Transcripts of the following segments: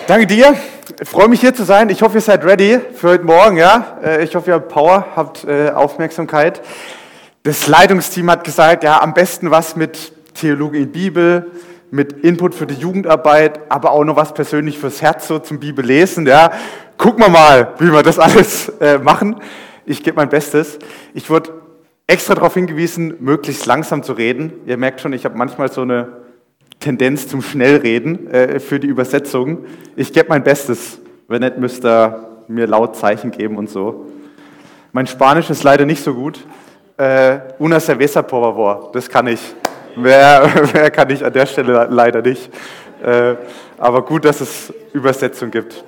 Danke dir. Ich freue mich hier zu sein. Ich hoffe, ihr seid ready für heute Morgen. Ja? Ich hoffe, ihr habt Power, habt Aufmerksamkeit. Das Leitungsteam hat gesagt, ja, am besten was mit Theologie in Bibel, mit Input für die Jugendarbeit, aber auch noch was persönlich fürs Herz so zum Bibellesen. Ja? Gucken wir mal, wie wir das alles machen. Ich gebe mein Bestes. Ich wurde extra darauf hingewiesen, möglichst langsam zu reden. Ihr merkt schon, ich habe manchmal so eine Tendenz zum Schnellreden für die Übersetzung. Ich gebe mein Bestes. Wenn nicht, müsst ihr mir laut Zeichen geben und so. Mein Spanisch ist leider nicht so gut. Una cerveza, por favor. Das kann ich. Wer kann ich an der Stelle leider nicht. Aber gut, dass es Übersetzung gibt.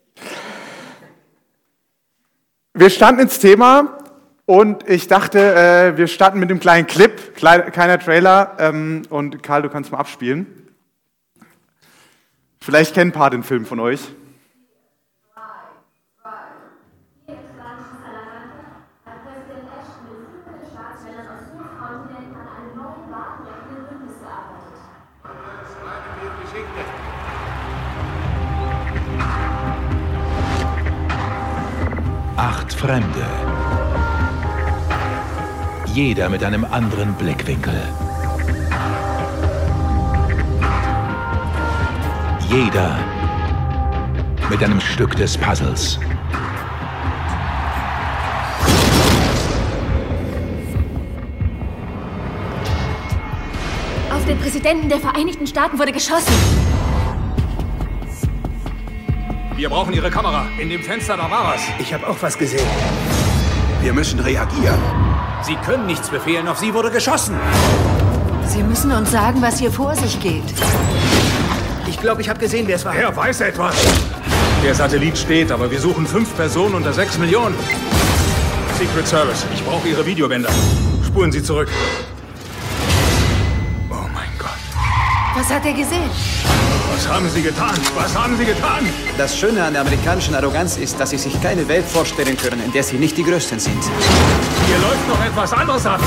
Wir standen ins Thema und ich dachte, wir starten mit einem kleinen Clip, kleiner Trailer. Und Karl, du kannst mal abspielen. Vielleicht kennen ein paar den Film von euch. Acht Fremde. Jeder mit einem anderen Blickwinkel. Jeder mit einem Stück des Puzzles. Auf den Präsidenten der Vereinigten Staaten wurde geschossen. Wir brauchen Ihre Kamera. In dem Fenster, da war was. Ich habe auch was gesehen. Wir müssen reagieren. Sie können nichts befehlen, auf Sie wurde geschossen. Sie müssen uns sagen, was hier vor sich geht. Ich glaube, ich habe gesehen, wer es war. Er weiß etwas. Der Satellit steht, aber wir suchen 5 Personen unter 6 Millionen. Secret Service, ich brauche Ihre Videobänder. Spulen Sie zurück. Oh mein Gott. Was hat er gesehen? Was haben Sie getan? Was haben Sie getan? Das Schöne an der amerikanischen Arroganz ist, dass sie sich keine Welt vorstellen können, in der sie nicht die Größten sind. Hier läuft noch etwas anderes ab.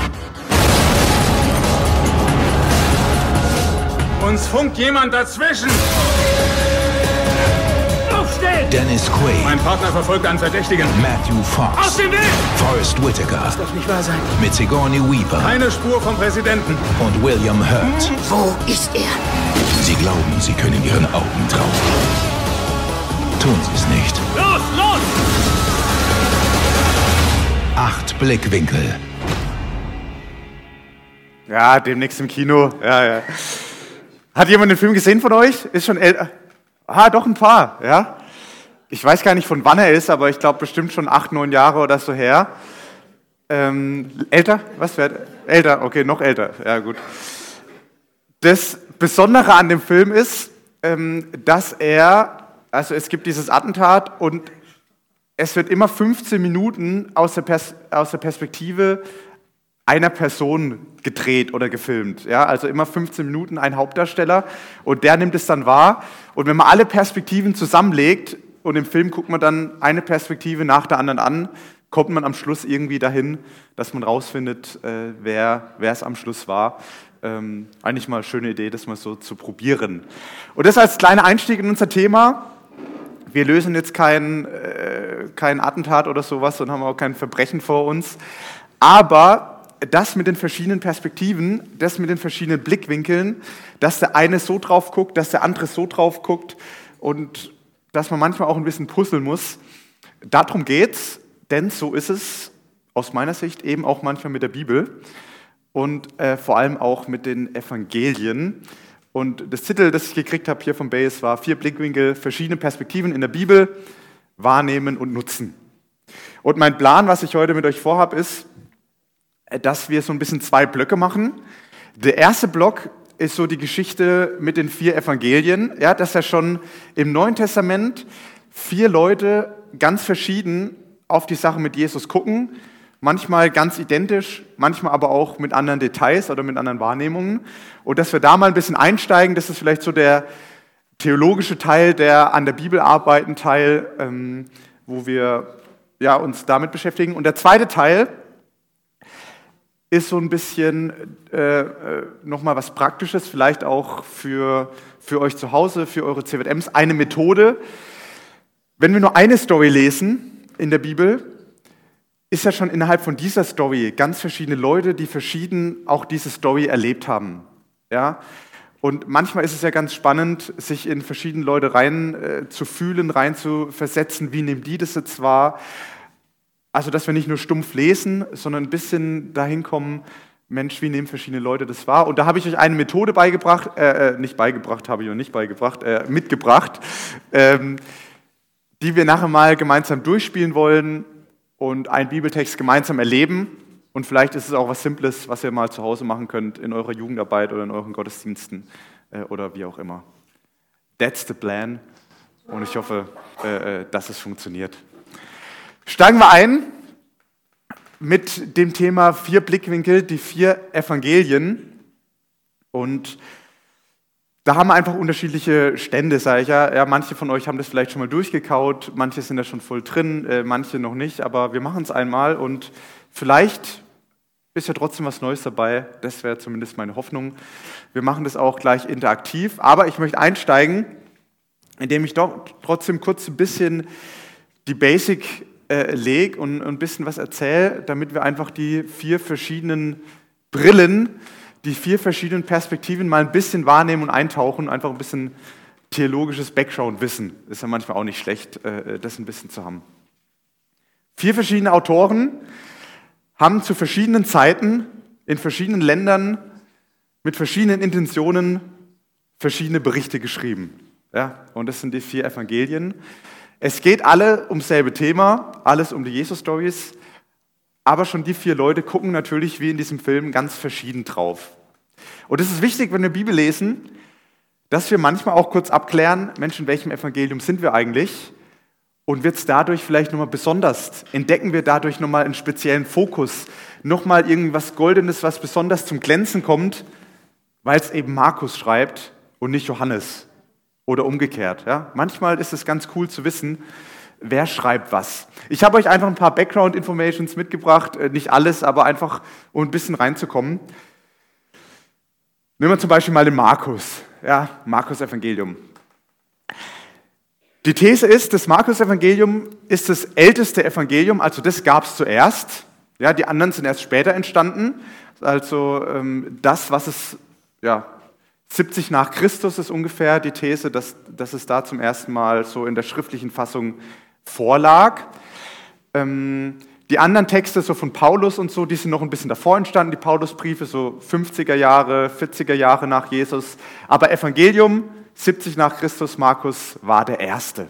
Uns funkt jemand dazwischen. Aufstehen! Dennis Quaid. Mein Partner verfolgt einen Verdächtigen. Matthew Fox. Aus dem Weg! Forrest Whitaker. Das darf nicht wahr sein. Mit Sigourney Weaver. Keine Spur vom Präsidenten. Und William Hurt. Wo ist er? Sie glauben, sie können ihren Augen trauen. Tun sie es nicht. Los, los! 8 Blickwinkel. Ja, demnächst im Kino. Ja. Hat jemand den Film gesehen von euch? Ist schon älter? Doch ein paar, ja. Ich weiß gar nicht, von wann er ist, aber ich glaube bestimmt schon 8, 9 Jahre oder so her. Älter? Was? Älter, okay, noch älter. Ja, gut. Das Besondere an dem Film ist, dass es gibt dieses Attentat und es wird immer 15 Minuten aus der Perspektive einer Person gedreht oder gefilmt. Ja? Also immer 15 Minuten ein Hauptdarsteller und der nimmt es dann wahr. Und wenn man alle Perspektiven zusammenlegt und im Film guckt man dann eine Perspektive nach der anderen an, kommt man am Schluss irgendwie dahin, dass man rausfindet, wer es am Schluss war. Eigentlich mal eine schöne Idee, das mal so zu probieren. Und das als kleiner Einstieg in unser Thema. Wir lösen jetzt kein Attentat oder sowas und haben auch kein Verbrechen vor uns. Aber das mit den verschiedenen Perspektiven, das mit den verschiedenen Blickwinkeln, dass der eine so drauf guckt, dass der andere so drauf guckt und dass man manchmal auch ein bisschen puzzeln muss. Darum geht's, denn so ist es aus meiner Sicht eben auch manchmal mit der Bibel. Und vor allem auch mit den Evangelien. Und das Titel, das ich gekriegt habe hier vom Bayes, war 4 Blickwinkel, verschiedene Perspektiven in der Bibel, wahrnehmen und nutzen. Und mein Plan, was ich heute mit euch vorhabe, ist, dass wir so ein bisschen 2 Blöcke machen. Der erste Block ist so die Geschichte mit den 4 Evangelien. Ja, dass ja schon im Neuen Testament 4 Leute ganz verschieden auf die Sache mit Jesus gucken. Manchmal ganz identisch, manchmal aber auch mit anderen Details oder mit anderen Wahrnehmungen. Und dass wir da mal ein bisschen einsteigen, das ist vielleicht so der theologische Teil, der an der Bibel arbeiten Teil, wo wir uns damit beschäftigen. Und der zweite Teil ist so ein bisschen nochmal was Praktisches, vielleicht auch für euch zu Hause, für eure CWMs, eine Methode. Wenn wir nur eine Story lesen in der Bibel, ist ja schon innerhalb von dieser Story ganz verschiedene Leute, die verschieden auch diese Story erlebt haben. Ja? Und manchmal ist es ja ganz spannend, sich in verschiedene Leute rein zu fühlen, rein zu versetzen, wie nehmen die das jetzt wahr. Also, dass wir nicht nur stumpf lesen, sondern ein bisschen dahin kommen, Mensch, wie nehmen verschiedene Leute das wahr? Und da habe ich euch eine Methode mitgebracht, die wir nachher mal gemeinsam durchspielen wollen und einen Bibeltext gemeinsam erleben. Und vielleicht ist es auch was Simples, was ihr mal zu Hause machen könnt, in eurer Jugendarbeit oder in euren Gottesdiensten oder wie auch immer. That's the plan. Und ich hoffe, dass es funktioniert. Steigen wir ein mit dem Thema 4 Blickwinkel, die 4 Evangelien. Und da haben wir einfach unterschiedliche Stände, sage ich ja. Ja, manche von euch haben das vielleicht schon mal durchgekaut, manche sind da schon voll drin, manche noch nicht, aber wir machen es einmal und vielleicht ist ja trotzdem was Neues dabei. Das wäre zumindest meine Hoffnung. Wir machen das auch gleich interaktiv, aber ich möchte einsteigen, indem ich doch trotzdem kurz ein bisschen die Basic lege und ein bisschen was erzähle, damit wir einfach die 4 verschiedenen Brillen, die 4 verschiedenen Perspektiven mal ein bisschen wahrnehmen und eintauchen, einfach ein bisschen theologisches Background-Wissen. Ist ja manchmal auch nicht schlecht, das ein bisschen zu haben. 4 verschiedene Autoren haben zu verschiedenen Zeiten, in verschiedenen Ländern, mit verschiedenen Intentionen verschiedene Berichte geschrieben. Ja, und das sind die 4 Evangelien. Es geht alle ums selbe Thema, alles um die Jesus-Stories, aber schon die 4 Leute gucken natürlich wie in diesem Film ganz verschieden drauf. Und es ist wichtig, wenn wir Bibel lesen, dass wir manchmal auch kurz abklären, Mensch, in welchem Evangelium sind wir eigentlich? Und wird es dadurch vielleicht nochmal besonders? Entdecken wir dadurch nochmal einen speziellen Fokus? Nochmal irgendwas Goldenes, was besonders zum Glänzen kommt, weil es eben Markus schreibt und nicht Johannes? Oder umgekehrt. Ja? Manchmal ist es ganz cool zu wissen, wer schreibt was. Ich habe euch einfach ein paar Background-Informations mitgebracht, nicht alles, aber einfach, um ein bisschen reinzukommen. Nehmen wir zum Beispiel mal den Markus, ja, Markus-Evangelium. Die These ist, das Markus-Evangelium ist das älteste Evangelium, also das gab es zuerst. Ja, die anderen sind erst später entstanden. Also das, was es, ja, 70 nach Christus ist ungefähr die These, dass es da zum ersten Mal so in der schriftlichen Fassung vorlag. Die anderen Texte, so von Paulus und so, die sind noch ein bisschen davor entstanden, die Paulusbriefe, so 50er Jahre, 40er Jahre nach Jesus. Aber Evangelium, 70 nach Christus, Markus war der erste.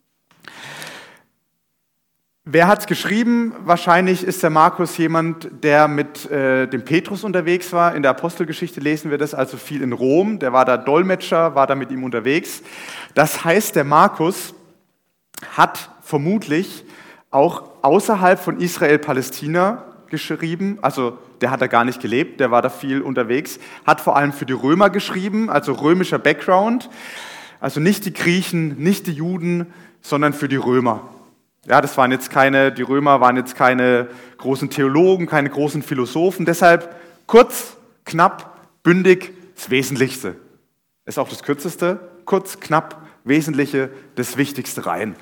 Wer hat es geschrieben? Wahrscheinlich ist der Markus jemand, der mit dem Petrus unterwegs war. In der Apostelgeschichte lesen wir das, also viel in Rom. Der war da Dolmetscher, war da mit ihm unterwegs. Das heißt, der Markus hat vermutlich auch außerhalb von Israel-Palästina geschrieben. Also der hat da gar nicht gelebt, der war da viel unterwegs. Hat vor allem für die Römer geschrieben, also römischer Background. Also nicht die Griechen, nicht die Juden, sondern für die Römer. Ja, die Römer waren jetzt keine großen Theologen, keine großen Philosophen, deshalb kurz, knapp, bündig, das Wesentlichste. Ist auch das Kürzeste, kurz, knapp, Wesentliche, das Wichtigste rein.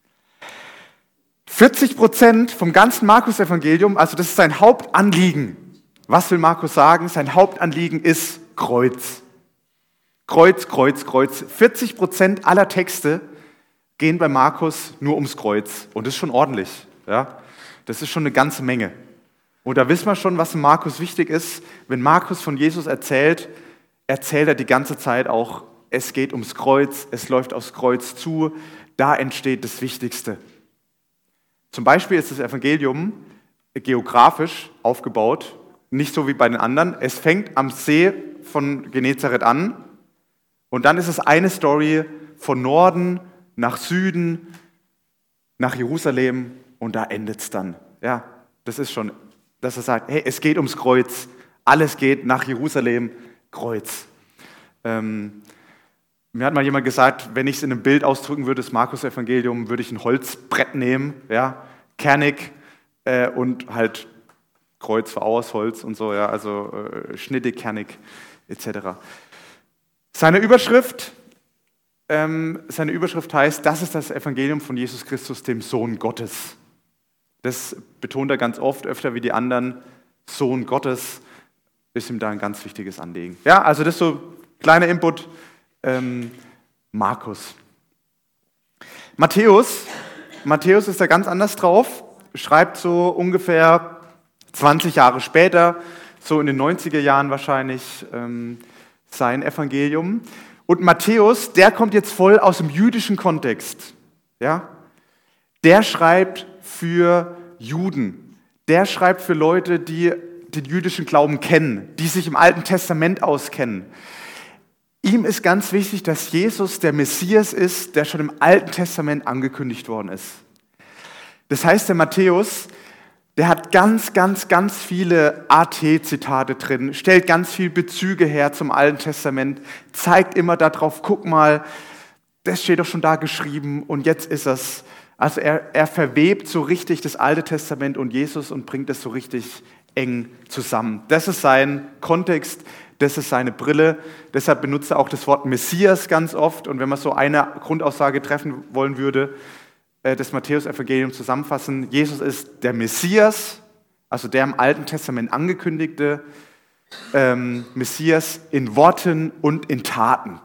40% vom ganzen Markus-Evangelium, also das ist sein Hauptanliegen. Was will Markus sagen? Sein Hauptanliegen ist Kreuz. Kreuz, Kreuz, Kreuz. 40% aller Texte gehen bei Markus nur ums Kreuz. Und das ist schon ordentlich. Ja? Das ist schon eine ganze Menge. Und da wissen wir schon, was Markus wichtig ist. Wenn Markus von Jesus erzählt, erzählt er die ganze Zeit auch, es geht ums Kreuz, es läuft aufs Kreuz zu, da entsteht das Wichtigste. Zum Beispiel ist das Evangelium geografisch aufgebaut, nicht so wie bei den anderen. Es fängt am See von Genezareth an und dann ist es eine Story von Norden nach Süden, nach Jerusalem und da endet es dann. Ja, das ist schon, dass er sagt, hey, es geht ums Kreuz, alles geht nach Jerusalem, Kreuz. Mir hat mal jemand gesagt, wenn ich es in einem Bild ausdrücken würde, das Markus-Evangelium, würde ich ein Holzbrett nehmen, ja, kernig und halt Kreuz war aus Holz und so, ja, also schnittig, kernig etc. Seine Überschrift heißt, das ist das Evangelium von Jesus Christus, dem Sohn Gottes. Das betont er ganz oft, öfter wie die anderen. Sohn Gottes ist ihm da ein ganz wichtiges Anliegen. Ja, also das ist so kleiner Input. Markus. Matthäus ist da ganz anders drauf, schreibt so ungefähr 20 Jahre später, so in den 90er Jahren wahrscheinlich, sein Evangelium. Und Matthäus, der kommt jetzt voll aus dem jüdischen Kontext. Ja? Der schreibt für Juden. Der schreibt für Leute, die den jüdischen Glauben kennen, die sich im Alten Testament auskennen. Ihm ist ganz wichtig, dass Jesus der Messias ist, der schon im Alten Testament angekündigt worden ist. Das heißt, der Matthäus, der hat ganz viele AT-Zitate drin, stellt ganz viele Bezüge her zum Alten Testament, zeigt immer darauf, guck mal, das steht doch schon da geschrieben und jetzt ist es. Also er verwebt so richtig das Alte Testament und Jesus und bringt es so richtig eng zusammen. Das ist sein Kontext, das ist seine Brille. Deshalb benutzt er auch das Wort Messias ganz oft. Und wenn man so eine Grundaussage treffen wollen würde, das Matthäus-Evangelium zusammenfassen, Jesus ist der Messias, also der im Alten Testament angekündigte Messias in Worten und in Taten.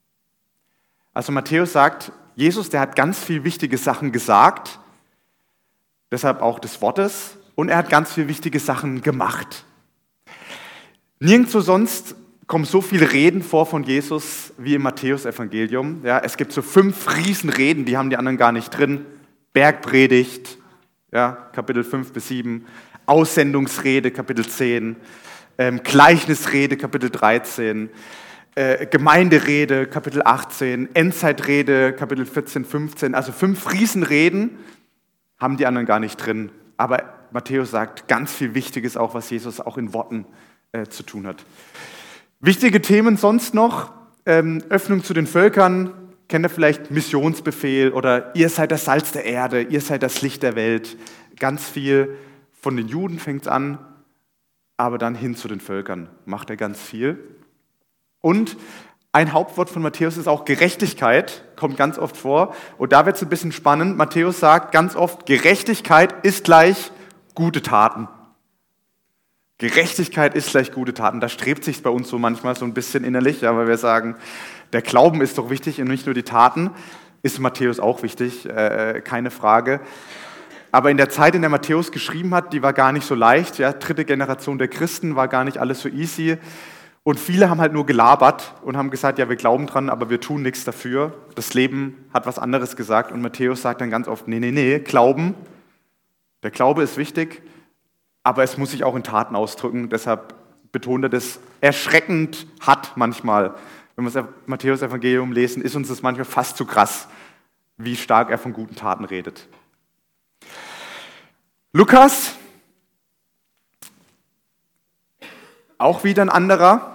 Also Matthäus sagt, Jesus, der hat ganz viel wichtige Sachen gesagt, deshalb auch des Wortes, und er hat ganz viel wichtige Sachen gemacht. Nirgendwo sonst kommen so viele Reden vor von Jesus wie im Matthäus-Evangelium. Ja, es gibt so 5 Riesenreden, die haben die anderen gar nicht drin. Bergpredigt, ja, Kapitel 5-7, Aussendungsrede, Kapitel 10, Gleichnisrede, Kapitel 13, Gemeinderede, Kapitel 18, Endzeitrede, Kapitel 14, 15. Also 5 Riesenreden haben die anderen gar nicht drin. Aber Matthäus sagt ganz viel Wichtiges auch, was Jesus auch in Worten zu tun hat. Wichtige Themen sonst noch, Öffnung zu den Völkern, kennt ihr vielleicht Missionsbefehl oder ihr seid das Salz der Erde, ihr seid das Licht der Welt. Ganz viel von den Juden fängt es an, aber dann hin zu den Völkern macht er ganz viel. Und ein Hauptwort von Matthäus ist auch Gerechtigkeit, kommt ganz oft vor. Und da wird es ein bisschen spannend. Matthäus sagt ganz oft, Gerechtigkeit ist gleich gute Taten. Gerechtigkeit ist gleich gute Taten. Da strebt sich bei uns so manchmal so ein bisschen innerlich, ja, weil wir sagen, der Glauben ist doch wichtig und nicht nur die Taten. Ist Matthäus auch wichtig, keine Frage. Aber in der Zeit, in der Matthäus geschrieben hat, die war gar nicht so leicht. Ja, 3. Generation der Christen, war gar nicht alles so easy. Und viele haben halt nur gelabert und haben gesagt, ja, wir glauben dran, aber wir tun nichts dafür. Das Leben hat was anderes gesagt. Und Matthäus sagt dann ganz oft, nee, Glauben. Der Glaube ist wichtig, aber es muss sich auch in Taten ausdrücken. Deshalb betont er das erschreckend hart manchmal. Wenn wir das Matthäus-Evangelium lesen, ist uns das manchmal fast zu krass, wie stark er von guten Taten redet. Lukas, auch wieder ein anderer.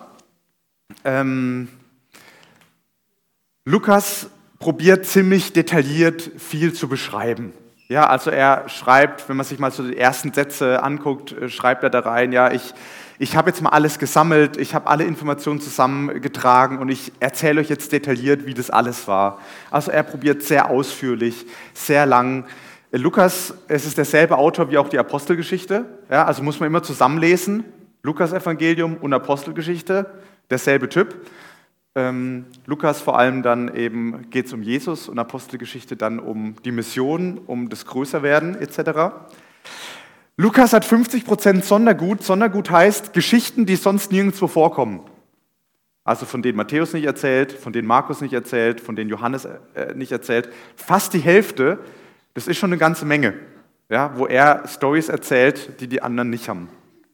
Lukas probiert ziemlich detailliert viel zu beschreiben. Ja, also er schreibt, wenn man sich mal so die ersten Sätze anguckt, schreibt er da rein, ja, ich habe jetzt mal alles gesammelt, ich habe alle Informationen zusammengetragen und ich erzähle euch jetzt detailliert, wie das alles war. Also er probiert sehr ausführlich, sehr lang. Lukas, es ist derselbe Autor wie auch die Apostelgeschichte, ja, also muss man immer zusammenlesen, Lukas-Evangelium und Apostelgeschichte, derselbe Typ. Lukas vor allem dann eben geht es um Jesus und Apostelgeschichte dann um die Mission, um das Größerwerden etc. Lukas hat 50% Sondergut. Sondergut heißt Geschichten, die sonst nirgendwo vorkommen. Also von denen Matthäus nicht erzählt, von denen Markus nicht erzählt, von denen Johannes nicht erzählt. Fast die Hälfte, das ist schon eine ganze Menge, ja, wo er Storys erzählt, die die anderen nicht haben.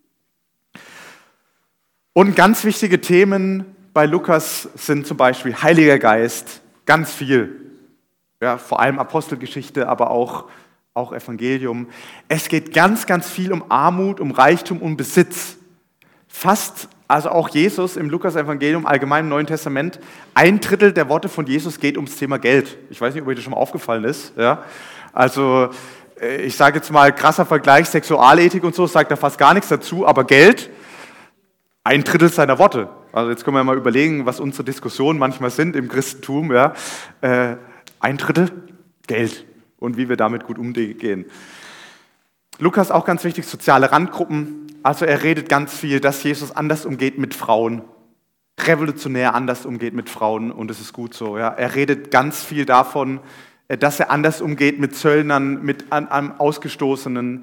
Und ganz wichtige Themen bei Lukas sind zum Beispiel Heiliger Geist, ganz viel. Ja, vor allem Apostelgeschichte, aber auch Evangelium. Es geht ganz viel um Armut, um Reichtum, um Besitz. Fast, also auch Jesus im Lukas-Evangelium, allgemein im Neuen Testament, 1/3 der Worte von Jesus geht ums Thema Geld. Ich weiß nicht, ob euch das schon mal aufgefallen ist. Ja? Also ich sage jetzt mal, krasser Vergleich, Sexualethik und so, sagt er fast gar nichts dazu, aber Geld, 1/3 seiner Worte. Also jetzt können wir mal überlegen, was unsere Diskussionen manchmal sind im Christentum. Ja. 1/3 Geld und wie wir damit gut umgehen. Lukas auch ganz wichtig, soziale Randgruppen. Also er redet ganz viel, dass Jesus anders umgeht mit Frauen, revolutionär anders umgeht mit Frauen und das ist gut so. Ja. Er redet ganz viel davon, dass er anders umgeht mit Zöllnern, mit Ausgestoßenen.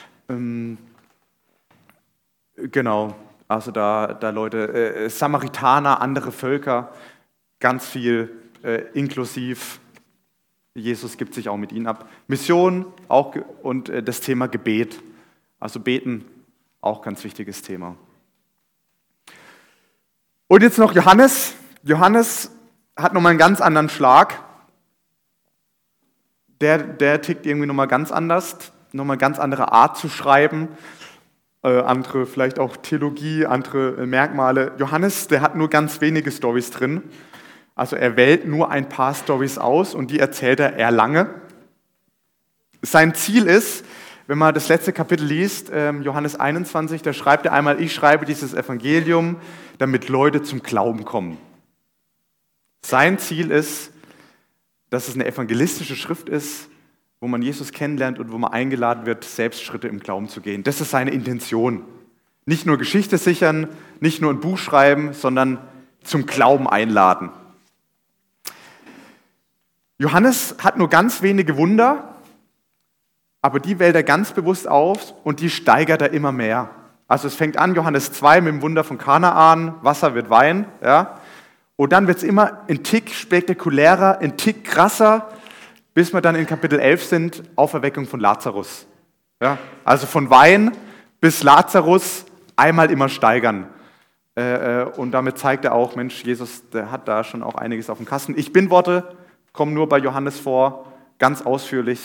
Genau, also da Leute, Samaritaner, andere Völker, ganz viel inklusiv. Jesus gibt sich auch mit ihnen ab. Mission auch und das Thema Gebet, also beten, auch ganz wichtiges Thema. Und jetzt noch Johannes. Johannes hat nochmal einen ganz anderen Schlag. Der tickt irgendwie nochmal ganz anders, nochmal ganz andere Art zu schreiben, andere vielleicht auch Theologie, andere Merkmale. Johannes, der hat nur ganz wenige Storys drin, also er wählt nur ein paar Storys aus und die erzählt er eher lange. Sein Ziel ist, wenn man das letzte Kapitel liest, Johannes 21, da schreibt er einmal, ich schreibe dieses Evangelium, damit Leute zum Glauben kommen. Sein Ziel ist, dass es eine evangelistische Schrift ist, wo man Jesus kennenlernt und wo man eingeladen wird, selbst Schritte im Glauben zu gehen. Das ist seine Intention. Nicht nur Geschichte sichern, nicht nur ein Buch schreiben, sondern zum Glauben einladen. Johannes hat nur ganz wenige Wunder, aber die wählt er ganz bewusst auf und die steigert er immer mehr. Also es fängt an, Johannes 2 mit dem Wunder von Kanaan, Wasser wird Wein, ja. Und dann wird es immer ein Tick spektakulärer, ein Tick krasser, bis wir dann in Kapitel 11 sind, Auferweckung von Lazarus. Ja, also von Wein bis Lazarus einmal immer steigern. Und damit zeigt er auch, Mensch, Jesus, der hat da schon auch einiges auf dem Kasten. Ich bin Worte, kommen nur bei Johannes vor, ganz ausführlich.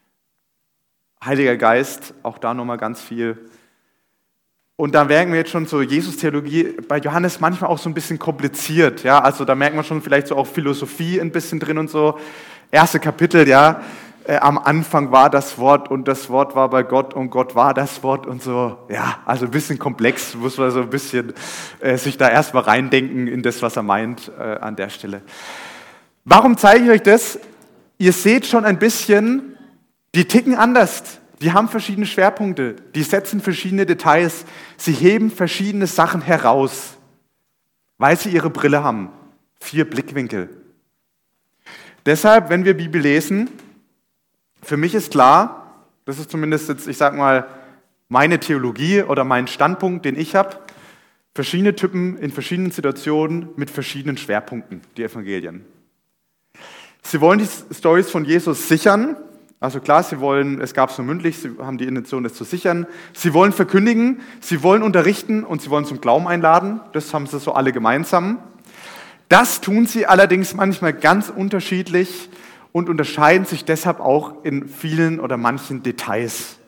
Heiliger Geist, auch da nochmal ganz viel. Und da merken wir jetzt schon so Jesus-Theologie bei Johannes manchmal auch so ein bisschen kompliziert. Ja? Also da merkt man schon vielleicht so auch Philosophie ein bisschen drin und so. Erste Kapitel, ja, am Anfang war das Wort und das Wort war bei Gott und Gott war das Wort und so. Ja, also ein bisschen komplex, muss man so ein bisschen sich da erstmal reindenken in das, was er meint an der Stelle. Warum zeige ich euch das? Ihr seht schon ein bisschen, die ticken anders. Die haben verschiedene Schwerpunkte, die setzen verschiedene Details, sie heben verschiedene Sachen heraus, weil sie ihre Brille haben. 4 Blickwinkel. Deshalb, wenn wir Bibel lesen, für mich ist klar, das ist zumindest jetzt, ich sag mal, meine Theologie oder mein Standpunkt, den ich habe, verschiedene Typen in verschiedenen Situationen mit verschiedenen Schwerpunkten, die Evangelien. Sie wollen die Storys von Jesus sichern. Also klar, es gab es nur mündlich, sie haben die Intention, das zu sichern. Sie wollen verkündigen, sie wollen unterrichten und sie wollen zum Glauben einladen. Das haben sie so alle gemeinsam. Das tun sie allerdings manchmal ganz unterschiedlich und unterscheiden sich deshalb auch in vielen oder manchen Details.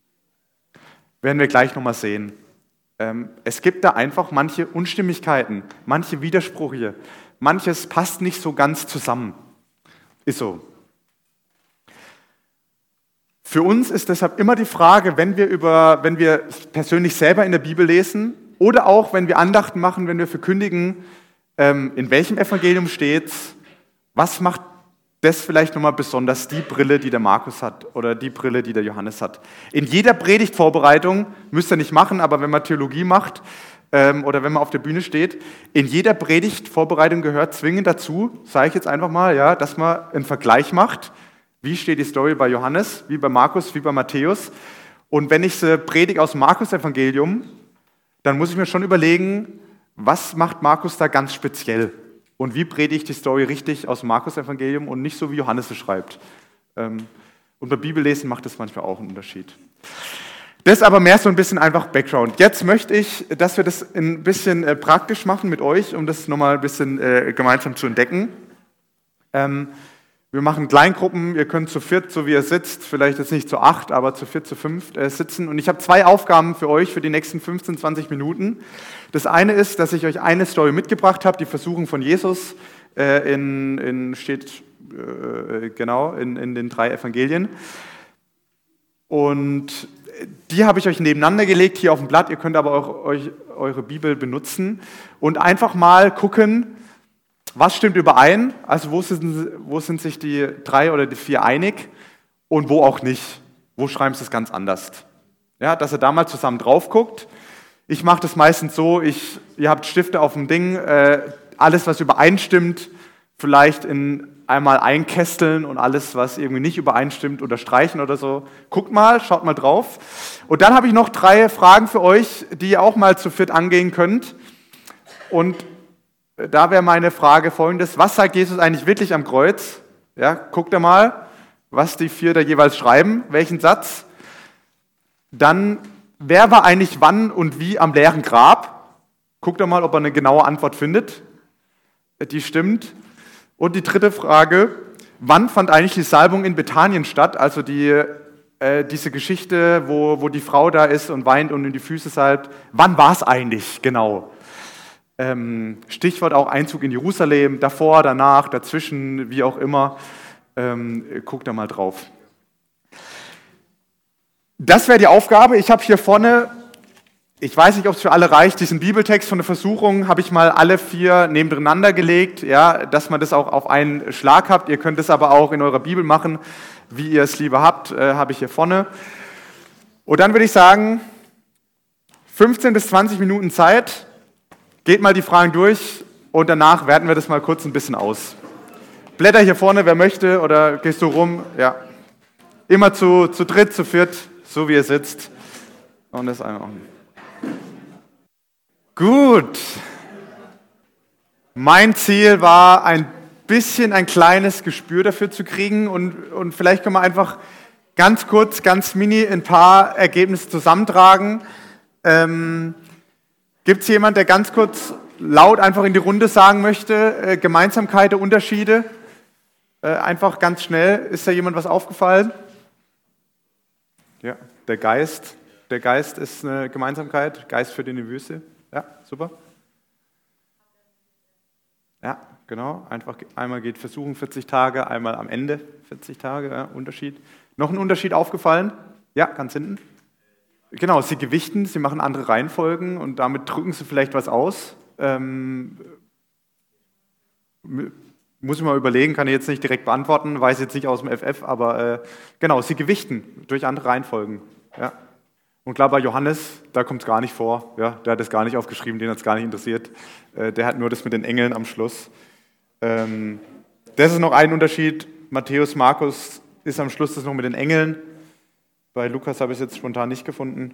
Werden wir gleich nochmal sehen. Es gibt da einfach manche Unstimmigkeiten, manche Widersprüche. Manches passt nicht so ganz zusammen. Ist so. Für uns ist deshalb immer die Frage, wenn wir persönlich selber in der Bibel lesen oder auch wenn wir Andachten machen, wenn wir verkündigen, in welchem Evangelium steht's, was macht das vielleicht nochmal besonders, die Brille, die der Markus hat oder die Brille, die der Johannes hat. In jeder Predigtvorbereitung, müsst ihr nicht machen, aber wenn man Theologie macht oder wenn man auf der Bühne steht, in jeder Predigtvorbereitung gehört zwingend dazu, sage ich jetzt einfach mal, ja, dass man einen Vergleich macht. Wie steht die Story bei Johannes, wie bei Markus, wie bei Matthäus? Und wenn ich sie predige aus dem Markus-Evangelium, dann muss ich mir schon überlegen, was macht Markus da ganz speziell? Und wie predige ich die Story richtig aus dem Markus-Evangelium und nicht so, wie Johannes es schreibt? Und bei Bibellesen macht das manchmal auch einen Unterschied. Das aber mehr so ein bisschen einfach Background. Jetzt möchte ich, dass wir das ein bisschen praktisch machen mit euch, um das nochmal ein bisschen gemeinsam zu entdecken. Wir machen Kleingruppen, ihr könnt zu 4, so wie ihr sitzt, vielleicht jetzt nicht zu 8, aber zu 4, zu 5 sitzen. Und ich habe 2 Aufgaben für euch für die nächsten 15, 20 Minuten. Das eine ist, dass ich euch eine Story mitgebracht habe, die Versuchung von Jesus, steht in den 3 Evangelien. Und die habe ich euch nebeneinander gelegt, hier auf dem Blatt. Ihr könnt aber auch eure Bibel benutzen und einfach mal gucken, was stimmt überein, also wo sind sich die 3 oder die 4 einig und wo auch nicht. Wo schreiben sie es ganz anders. Ja, dass ihr da mal zusammen drauf guckt. Ich mache das meistens so, ihr habt Stifte auf dem Ding, alles, was übereinstimmt, vielleicht in einmal einkästeln und alles, was irgendwie nicht übereinstimmt, unterstreichen oder so. Guckt mal, schaut mal drauf. Und dann habe ich noch 3 Fragen für euch, die ihr auch mal zu viert angehen könnt. Und da wäre meine Frage folgendes: Was sagt Jesus eigentlich wirklich am Kreuz? Ja, guckt ihr mal, was die 4 da jeweils schreiben, welchen Satz. Dann, wer war eigentlich wann und wie am leeren Grab? Guckt ihr mal, ob ihr eine genaue Antwort findet. Die stimmt. Und die 3. Frage: Wann fand eigentlich die Salbung in Bethanien statt? Also diese Geschichte, wo die Frau da ist und weint und in die Füße salbt. Wann war es eigentlich genau? Stichwort auch Einzug in Jerusalem, davor, danach, dazwischen, wie auch immer. Guckt da mal drauf. Das wäre die Aufgabe. Ich habe hier vorne, ich weiß nicht, ob es für alle reicht, diesen Bibeltext von der Versuchung habe ich mal alle 4 nebeneinander gelegt, ja, dass man das auch auf einen Schlag habt. Ihr könnt es aber auch in eurer Bibel machen, wie ihr es lieber habt, habe ich hier vorne. Und dann würde ich sagen, 15 bis 20 Minuten Zeit. Geht mal die Fragen durch und danach werten wir das mal kurz ein bisschen aus. Blätter hier vorne, wer möchte, oder gehst du rum? Ja. Immer zu dritt, zu viert, so wie ihr sitzt. Und das einmal. Gut. Mein Ziel war, ein kleines Gespür dafür zu kriegen und vielleicht können wir einfach ganz kurz, ganz mini ein paar Ergebnisse zusammentragen. Gibt es jemanden, der ganz kurz laut einfach in die Runde sagen möchte, Gemeinsamkeiten, Unterschiede? Einfach ganz schnell. Ist da jemand was aufgefallen? Ja, der Geist. Der Geist ist eine Gemeinsamkeit. Geist führt in die Wüste. Ja, super. Ja, genau. Einfach einmal geht Versuchen 40 Tage, einmal am Ende 40 Tage. Ja, Unterschied. Noch ein Unterschied aufgefallen? Ja, ganz hinten. Genau, sie gewichten, sie machen andere Reihenfolgen und damit drücken sie vielleicht was aus. Muss ich mal überlegen, kann ich jetzt nicht direkt beantworten, weiß jetzt nicht aus dem FF, aber genau, sie gewichten durch andere Reihenfolgen. Ja. Und klar, bei Johannes, da kommt es gar nicht vor. Ja, der hat es gar nicht aufgeschrieben, den hat es gar nicht interessiert. Der hat nur das mit den Engeln am Schluss. Das ist noch ein Unterschied. Matthäus, Markus ist am Schluss das noch mit den Engeln. Bei Lukas habe ich es jetzt spontan nicht gefunden.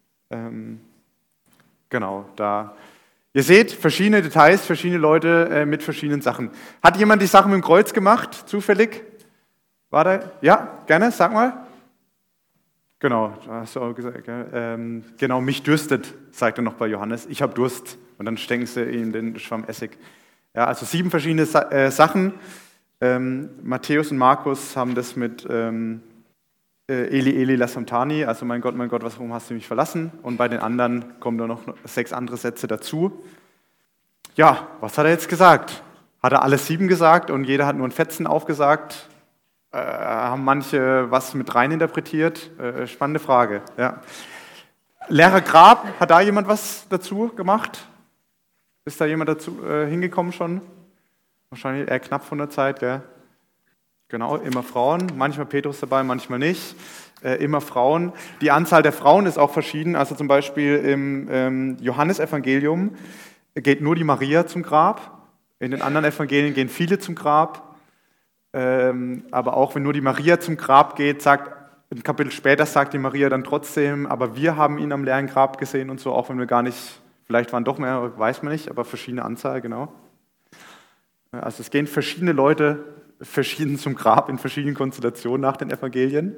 Genau, da. Ihr seht, verschiedene Details, verschiedene Leute mit verschiedenen Sachen. Hat jemand die Sachen mit dem Kreuz gemacht, zufällig? War da? Ja, gerne, sag mal. Genau, hast du auch gesagt. Genau, mich dürstet, sagt er noch bei Johannes. Ich habe Durst. Und dann stecken sie ihm den Schwamm Essig. Ja, also 7 verschiedene Sachen. Matthäus und Markus haben das mit Eli, Eli, lassamtani, also mein Gott, warum hast du mich verlassen? Und bei den anderen kommen da noch 6 andere Sätze dazu. Ja, was hat er jetzt gesagt? Hat er alle 7 gesagt und jeder hat nur ein Fetzen aufgesagt? Haben manche was mit rein interpretiert? Spannende Frage. Ja. Leerer Grab, hat da jemand was dazu gemacht? Ist da jemand dazu hingekommen schon? Wahrscheinlich eher knapp von der Zeit, gell? Genau, immer Frauen, manchmal Petrus dabei, manchmal nicht. Immer Frauen. Die Anzahl der Frauen ist auch verschieden. Also zum Beispiel im Johannesevangelium geht nur die Maria zum Grab. In den anderen Evangelien gehen viele zum Grab. Aber auch wenn nur die Maria zum Grab geht, sagt ein Kapitel später sagt die Maria dann trotzdem, aber wir haben ihn am leeren Grab gesehen und so, auch wenn wir gar nicht, vielleicht waren doch mehr, weiß man nicht, aber verschiedene Anzahl, genau. Also es gehen verschiedene Leute verschieden zum Grab in verschiedenen Konstellationen nach den Evangelien.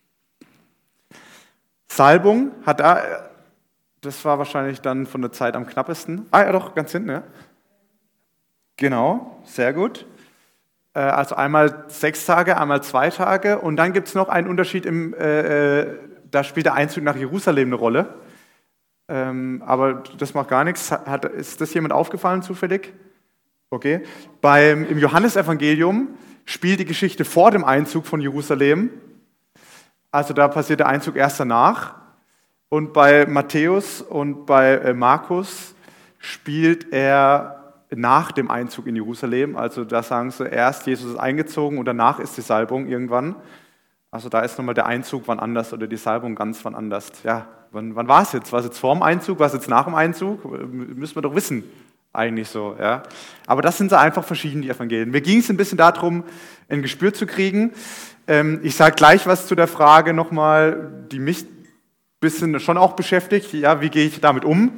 Salbung hat da, das war wahrscheinlich dann von der Zeit am knappesten. Ah ja, doch, ganz hinten, ja. Genau, sehr gut. Also einmal 6 Tage, einmal 2 Tage. Und dann gibt es noch einen Unterschied, da spielt der Einzug nach Jerusalem eine Rolle. Aber das macht gar nichts. Ist das jemand aufgefallen zufällig? Okay. Im Johannesevangelium spielt die Geschichte vor dem Einzug von Jerusalem. Also da passiert der Einzug erst danach. Und bei Matthäus und bei Markus spielt er nach dem Einzug in Jerusalem. Also da sagen sie, erst Jesus ist eingezogen und danach ist die Salbung irgendwann. Also da ist nochmal der Einzug wann anders oder die Salbung ganz wann anders. Ja, wann war es jetzt? War es jetzt vor dem Einzug? War es jetzt nach dem Einzug? Müssen wir doch wissen, eigentlich so. Ja. Aber das sind so einfach verschieden, die Evangelien. Mir ging es ein bisschen darum, ein Gespür zu kriegen. Ich sage gleich was zu der Frage nochmal, die mich ein bisschen schon auch beschäftigt. Ja, wie gehe ich damit um?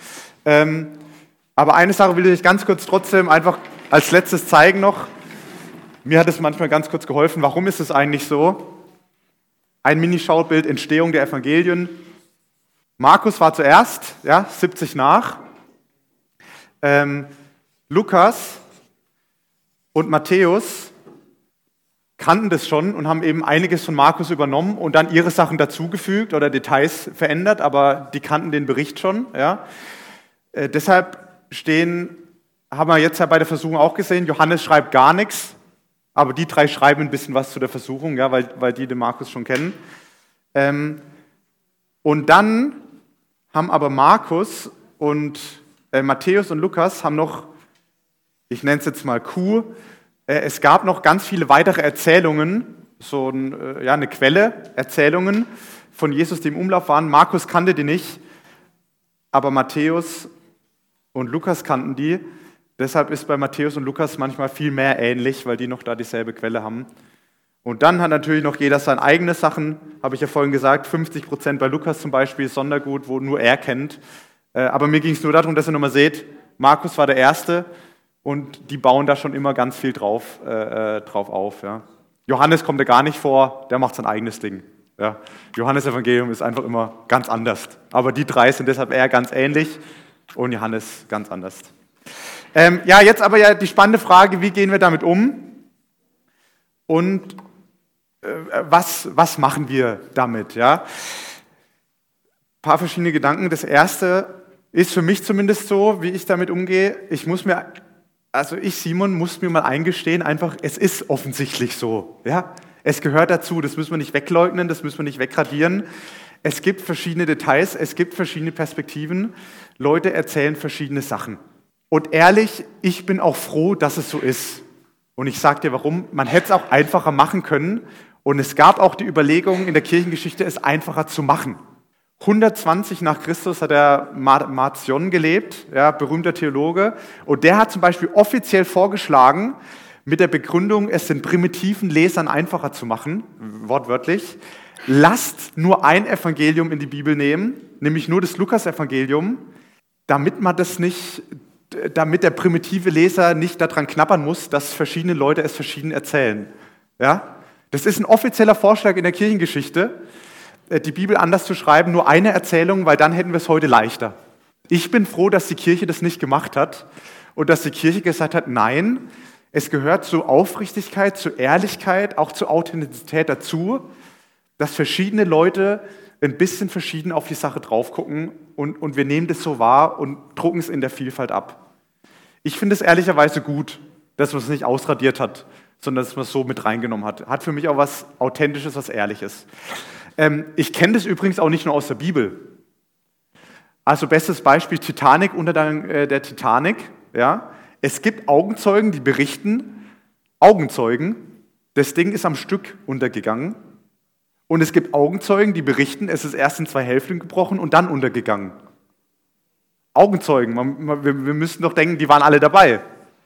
Aber eine Sache will ich ganz kurz trotzdem einfach als letztes zeigen noch. Mir hat es manchmal ganz kurz geholfen. Warum ist es eigentlich so? Ein Minischaubild, Entstehung der Evangelien. Markus war zuerst, ja, 70 nach. Lukas und Matthäus kannten das schon und haben eben einiges von Markus übernommen und dann ihre Sachen dazugefügt oder Details verändert, aber die kannten den Bericht schon. Ja. Deshalb haben wir jetzt ja bei der Versuchung auch gesehen, Johannes schreibt gar nichts, aber die drei schreiben ein bisschen was zu der Versuchung, ja, weil die den Markus schon kennen. Und dann haben aber Markus und Matthäus und Lukas haben noch, ich nenne es jetzt mal Q, es gab noch ganz viele weitere Erzählungen, so eine Quelle, Erzählungen von Jesus, die im Umlauf waren. Markus kannte die nicht, aber Matthäus und Lukas kannten die. Deshalb ist bei Matthäus und Lukas manchmal viel mehr ähnlich, weil die noch da dieselbe Quelle haben. Und dann hat natürlich noch jeder seine eigenen Sachen, habe ich ja vorhin gesagt, 50% bei Lukas zum Beispiel, Sondergut, wo nur er kennt. Aber mir ging es nur darum, dass ihr nochmal seht, Markus war der Erste und die bauen da schon immer ganz viel drauf auf. Ja. Johannes kommt da gar nicht vor, der macht sein eigenes Ding. Ja. Johannes-Evangelium ist einfach immer ganz anders. Aber die drei sind deshalb eher ganz ähnlich und Johannes ganz anders. Jetzt aber ja die spannende Frage, wie gehen wir damit um? Und was machen wir damit? Ja? Ein paar verschiedene Gedanken. Das erste ist für mich zumindest so, wie ich damit umgehe. Simon, muss mir mal eingestehen, einfach, es ist offensichtlich so. Ja? Es gehört dazu, das müssen wir nicht wegleugnen, das müssen wir nicht wegradieren. Es gibt verschiedene Details, es gibt verschiedene Perspektiven. Leute erzählen verschiedene Sachen. Und ehrlich, ich bin auch froh, dass es so ist. Und ich sage dir warum, man hätte es auch einfacher machen können. Und es gab auch die Überlegung in der Kirchengeschichte, es einfacher zu machen. 120 nach Christus hat der Marcion gelebt, ja, berühmter Theologe. Und der hat zum Beispiel offiziell vorgeschlagen, mit der Begründung, es den primitiven Lesern einfacher zu machen, wortwörtlich, lasst nur ein Evangelium in die Bibel nehmen, nämlich nur das Lukas-Evangelium, damit der primitive Leser nicht daran knabbern muss, dass verschiedene Leute es verschieden erzählen. Ja? Das ist ein offizieller Vorschlag in der Kirchengeschichte, die Bibel anders zu schreiben, nur eine Erzählung, weil dann hätten wir es heute leichter. Ich bin froh, dass die Kirche das nicht gemacht hat und dass die Kirche gesagt hat, nein, es gehört zur Aufrichtigkeit, zur Ehrlichkeit, auch zur Authentizität dazu, dass verschiedene Leute ein bisschen verschieden auf die Sache drauf gucken und wir nehmen das so wahr und drucken es in der Vielfalt ab. Ich finde es ehrlicherweise gut, dass man es nicht ausradiert hat, sondern dass man es so mit reingenommen hat. Hat für mich auch was Authentisches, was Ehrliches. Ich kenne das übrigens auch nicht nur aus der Bibel. Also bestes Beispiel Titanic, Untergang der Titanic. Ja. Es gibt Augenzeugen, die berichten, das Ding ist am Stück untergegangen. Und es gibt Augenzeugen, die berichten, es ist erst in 2 Hälften gebrochen und dann untergegangen. Augenzeugen, wir müssten doch denken, die waren alle dabei.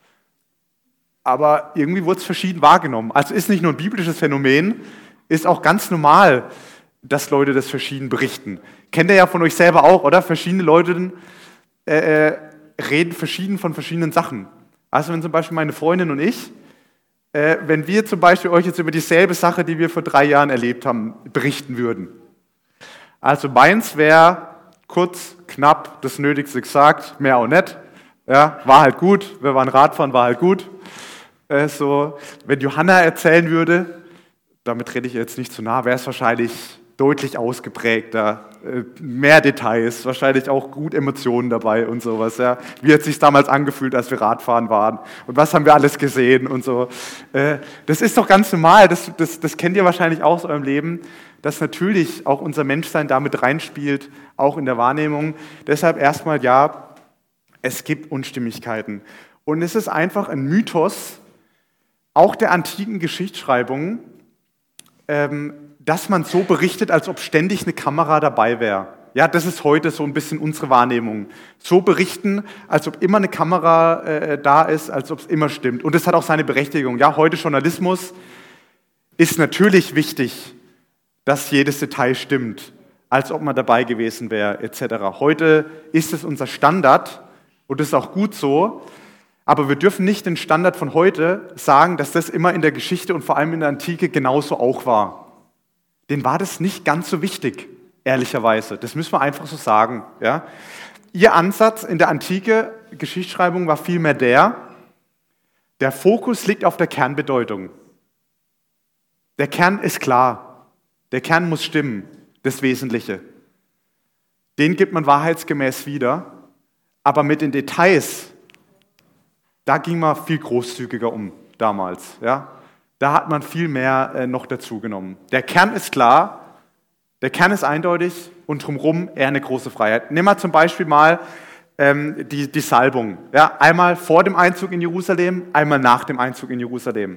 Aber irgendwie wurde es verschieden wahrgenommen. Also ist nicht nur ein biblisches Phänomen, ist auch ganz normal, dass Leute das verschieden berichten. Kennt ihr ja von euch selber auch, oder? Verschiedene Leute reden verschieden von verschiedenen Sachen. Also wenn zum Beispiel meine Freundin und ich, wenn wir zum Beispiel euch jetzt über dieselbe Sache, die wir vor 3 Jahren erlebt haben, berichten würden. Also meins wäre kurz, knapp, das Nötigste gesagt, mehr auch nicht. Ja, war halt gut, wir waren Radfahren, war halt gut. Wenn Johanna erzählen würde, damit rede ich jetzt nicht zu nah, wäre es wahrscheinlich deutlich ausgeprägter, mehr Details, wahrscheinlich auch gut Emotionen dabei und sowas. Ja. Wie hat es sich damals angefühlt, als wir Radfahren waren und was haben wir alles gesehen und so. Das ist doch ganz normal, das kennt ihr wahrscheinlich auch aus eurem Leben, dass natürlich auch unser Menschsein damit reinspielt, auch in der Wahrnehmung. Deshalb erstmal ja, es gibt Unstimmigkeiten. Und es ist einfach ein Mythos, auch der antiken Geschichtsschreibung, dass man so berichtet, als ob ständig eine Kamera dabei wäre. Ja, das ist heute so ein bisschen unsere Wahrnehmung. So berichten, als ob immer eine Kamera da ist, als ob es immer stimmt. Und das hat auch seine Berechtigung. Ja, heute Journalismus ist natürlich wichtig, dass jedes Detail stimmt, als ob man dabei gewesen wäre, etc. Heute ist es unser Standard und das ist auch gut so. Aber wir dürfen nicht den Standard von heute sagen, dass das immer in der Geschichte und vor allem in der Antike genauso auch war. Denen war das nicht ganz so wichtig, ehrlicherweise. Das müssen wir einfach so sagen. Ja? Ihr Ansatz in der Antike Geschichtsschreibung war vielmehr der Fokus liegt auf der Kernbedeutung. Der Kern ist klar. Der Kern muss stimmen, das Wesentliche. Den gibt man wahrheitsgemäß wieder, aber mit den Details, da ging man viel großzügiger um damals. Ja? Da hat man viel mehr noch dazu genommen. Der Kern ist klar, der Kern ist eindeutig und drumherum eher eine große Freiheit. Nehmen wir zum Beispiel mal die Salbung. Ja? Einmal vor dem Einzug in Jerusalem, einmal nach dem Einzug in Jerusalem.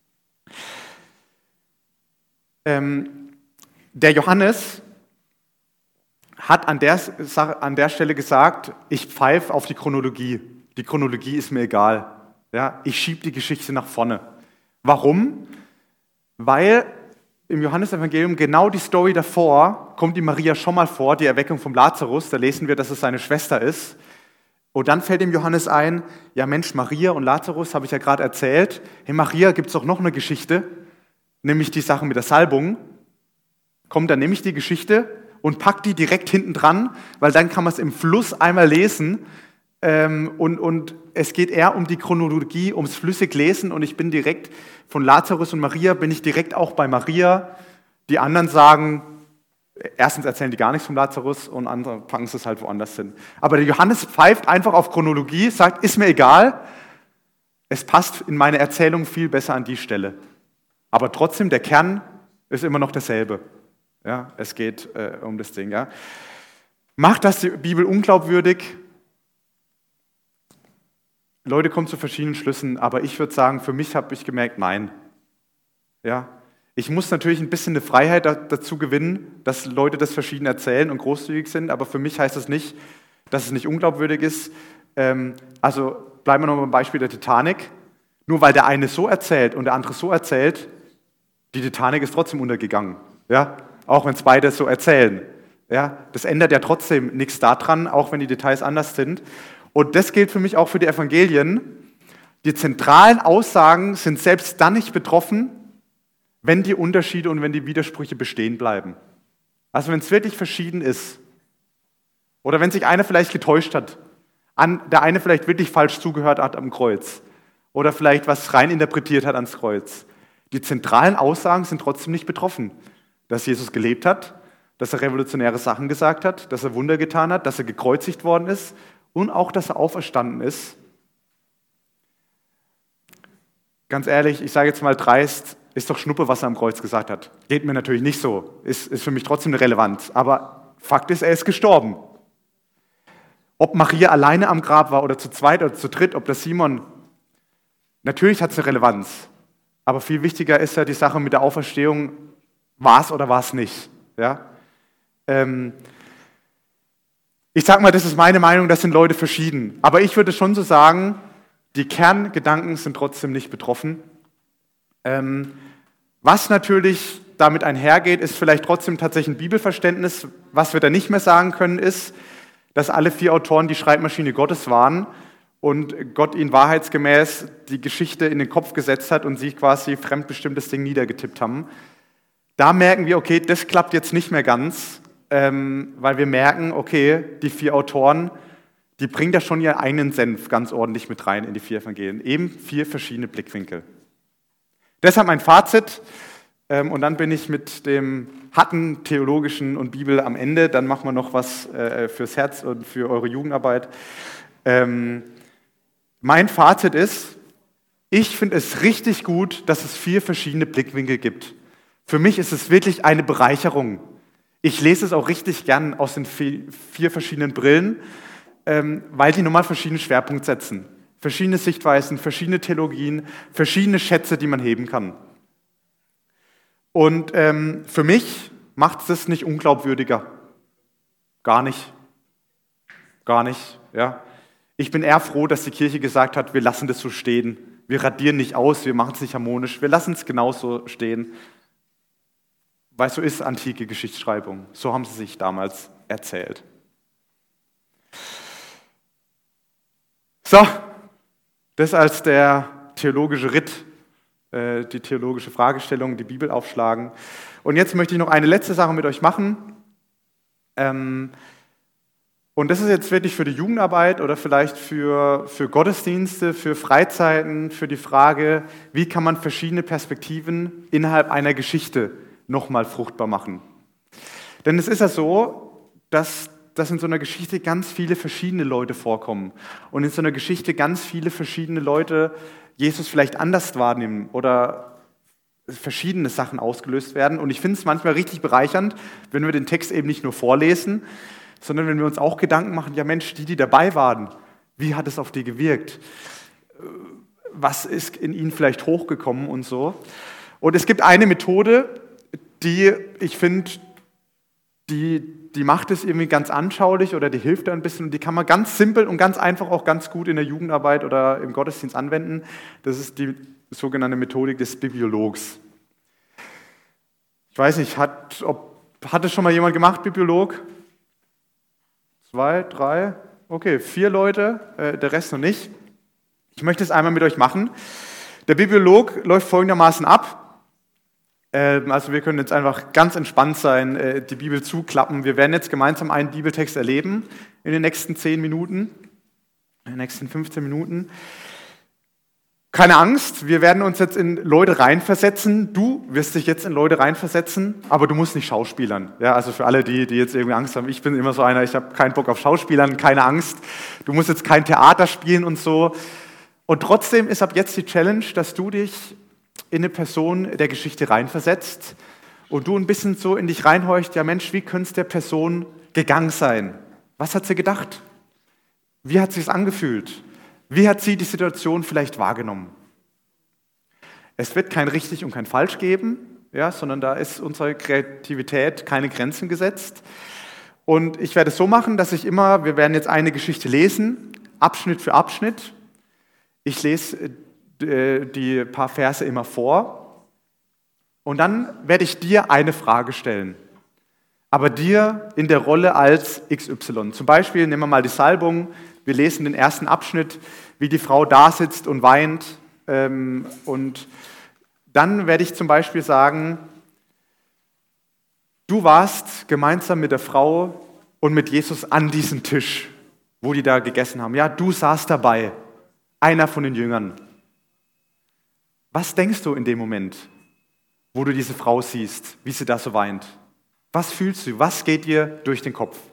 Der Johannes hat an der Stelle gesagt, ich pfeife auf die Chronologie. Die Chronologie ist mir egal. Ja? Ich schiebe die Geschichte nach vorne. Warum? Weil im Johannesevangelium genau die Story davor kommt die Maria schon mal vor, die Erweckung vom Lazarus. Da lesen wir, dass es seine Schwester ist. Und dann fällt dem Johannes ein, ja Mensch, Maria und Lazarus habe ich ja gerade erzählt. Hey Maria, gibt es doch noch eine Geschichte, nämlich die Sache mit der Salbung. Komm, dann nehme ich die Geschichte und pack die direkt hinten dran, weil dann kann man es im Fluss einmal lesen. Und es geht eher um die Chronologie, ums flüssig Lesen und ich bin direkt von Lazarus und Maria, bin ich direkt auch bei Maria. Die anderen sagen, erstens erzählen die gar nichts vom Lazarus und andere packen es halt woanders hin. Aber der Johannes pfeift einfach auf Chronologie, sagt, ist mir egal, es passt in meine Erzählung viel besser an die Stelle. Aber trotzdem, der Kern ist immer noch derselbe. Ja, es geht um das Ding. Ja. Macht das die Bibel unglaubwürdig? Leute kommen zu verschiedenen Schlüssen, aber ich würde sagen, für mich habe ich gemerkt, nein. Ja, ich muss natürlich ein bisschen eine Freiheit dazu gewinnen, dass Leute das verschieden erzählen und großzügig sind, aber für mich heißt das nicht, dass es nicht unglaubwürdig ist. Also bleiben wir noch beim Beispiel der Titanic. Nur weil der eine so erzählt und der andere so erzählt, die Titanic ist trotzdem untergegangen. Ja, auch wenn es beide so erzählen. Ja, das ändert ja trotzdem nichts daran, auch wenn die Details anders sind. Und das gilt für mich auch für die Evangelien. Die zentralen Aussagen sind selbst dann nicht betroffen, wenn die Unterschiede und wenn die Widersprüche bestehen bleiben. Also wenn es wirklich verschieden ist oder wenn sich einer vielleicht getäuscht hat, der eine vielleicht wirklich falsch zugehört hat am Kreuz oder vielleicht was rein interpretiert hat ans Kreuz. Die zentralen Aussagen sind trotzdem nicht betroffen. Dass Jesus gelebt hat, dass er revolutionäre Sachen gesagt hat, dass er Wunder getan hat, dass er gekreuzigt worden ist und auch, dass er auferstanden ist. Ganz ehrlich, ich sage jetzt mal dreist, ist doch Schnuppe, was er am Kreuz gesagt hat. Geht mir natürlich nicht so, ist für mich trotzdem eine Relevanz. Aber Fakt ist, er ist gestorben. Ob Maria alleine am Grab war oder zu zweit oder zu dritt, ob das Simon, natürlich hat es eine Relevanz. Aber viel wichtiger ist ja die Sache mit der Auferstehung, war es oder war es nicht. Ja? Ich sage mal, das ist meine Meinung, das sind Leute verschieden. Aber ich würde schon so sagen, die Kerngedanken sind trotzdem nicht betroffen. Was natürlich damit einhergeht, ist vielleicht trotzdem tatsächlich ein Bibelverständnis. Was wir da nicht mehr sagen können, ist, dass alle 4 Autoren die Schreibmaschine Gottes waren und Gott ihnen wahrheitsgemäß die Geschichte in den Kopf gesetzt hat und sie quasi fremdbestimmtes Ding niedergetippt haben. Da merken wir, okay, das klappt jetzt nicht mehr ganz, weil wir merken, okay, die 4 Autoren, die bringen da schon ihren eigenen Senf ganz ordentlich mit rein in die 4 Evangelien. Eben 4 verschiedene Blickwinkel. Deshalb mein Fazit, Und dann bin ich mit dem harten Theologischen und Bibel am Ende. Dann machen wir noch was fürs Herz und für eure Jugendarbeit. Mein Fazit ist, ich finde es richtig gut, dass es 4 verschiedene Blickwinkel gibt. Für mich ist es wirklich eine Bereicherung. Ich lese es auch richtig gern aus den 4 verschiedenen Brillen, weil die nochmal verschiedene Schwerpunkte setzen. Verschiedene Sichtweisen, verschiedene Theologien, verschiedene Schätze, die man heben kann. Und für mich macht es das nicht unglaubwürdiger. Gar nicht. Gar nicht, ja. Ich bin eher froh, dass die Kirche gesagt hat, wir lassen das so stehen. Wir radieren nicht aus, wir machen es nicht harmonisch, wir lassen es genauso stehen. Weil so ist antike Geschichtsschreibung. So haben sie sich damals erzählt. So, das als der theologische Ritt, die theologische Fragestellung, die Bibel aufschlagen. Und jetzt möchte ich noch eine letzte Sache mit euch machen. Und das ist jetzt wirklich für die Jugendarbeit oder vielleicht für Gottesdienste, für Freizeiten, für die Frage, wie kann man verschiedene Perspektiven innerhalb einer Geschichte nochmal fruchtbar machen. Denn es ist ja so, dass in so einer Geschichte ganz viele verschiedene Leute vorkommen und in so einer Geschichte ganz viele verschiedene Leute Jesus vielleicht anders wahrnehmen oder verschiedene Sachen ausgelöst werden. Und ich finde es manchmal richtig bereichernd, wenn wir den Text eben nicht nur vorlesen, sondern wenn wir uns auch Gedanken machen, ja Mensch, die dabei waren, wie hat es auf die gewirkt? Was ist in ihnen vielleicht hochgekommen und so? Und es gibt eine Methode, die ich finde, die macht es irgendwie ganz anschaulich oder die hilft da ein bisschen und die kann man ganz simpel und ganz einfach auch ganz gut in der Jugendarbeit oder im Gottesdienst anwenden. Das ist die sogenannte Methodik des Bibliologs. Ich weiß nicht, hat es schon mal jemand gemacht, Bibliolog? 2, 3, okay, 4 Leute, der Rest noch nicht. Ich möchte es einmal mit euch machen. Der Bibliolog läuft folgendermaßen ab. Also wir können jetzt einfach ganz entspannt sein, die Bibel zuklappen. Wir werden jetzt gemeinsam einen Bibeltext erleben in den nächsten 10 Minuten, in den nächsten 15 Minuten. Keine Angst, wir werden uns jetzt in Leute reinversetzen. Du wirst dich jetzt in Leute reinversetzen, aber du musst nicht schauspielern. Ja, also für alle, die jetzt irgendwie Angst haben, ich bin immer so einer, ich habe keinen Bock auf Schauspielern, keine Angst. Du musst jetzt kein Theater spielen und so. Und trotzdem ist ab jetzt die Challenge, dass du dich in eine Person der Geschichte reinversetzt und du ein bisschen so in dich reinhorchst, ja Mensch, wie könnte es der Person gegangen sein? Was hat sie gedacht? Wie hat sie es angefühlt? Wie hat sie die Situation vielleicht wahrgenommen? Es wird kein richtig und kein falsch geben, ja, sondern da ist unserer Kreativität keine Grenzen gesetzt. Und ich werde es so machen, dass wir werden jetzt eine Geschichte lesen, Abschnitt für Abschnitt. Ich lese die paar Verse immer vor und dann werde ich dir eine Frage stellen, aber dir in der Rolle als XY. Zum Beispiel nehmen wir mal die Salbung, wir lesen den ersten Abschnitt, wie die Frau da sitzt und weint und dann werde ich zum Beispiel sagen, du warst gemeinsam mit der Frau und mit Jesus an diesem Tisch, wo die da gegessen haben. Ja, du saßt dabei, einer von den Jüngern. Was denkst du in dem Moment, wo du diese Frau siehst, wie sie da so weint? Was fühlst du? Was geht dir durch den Kopf?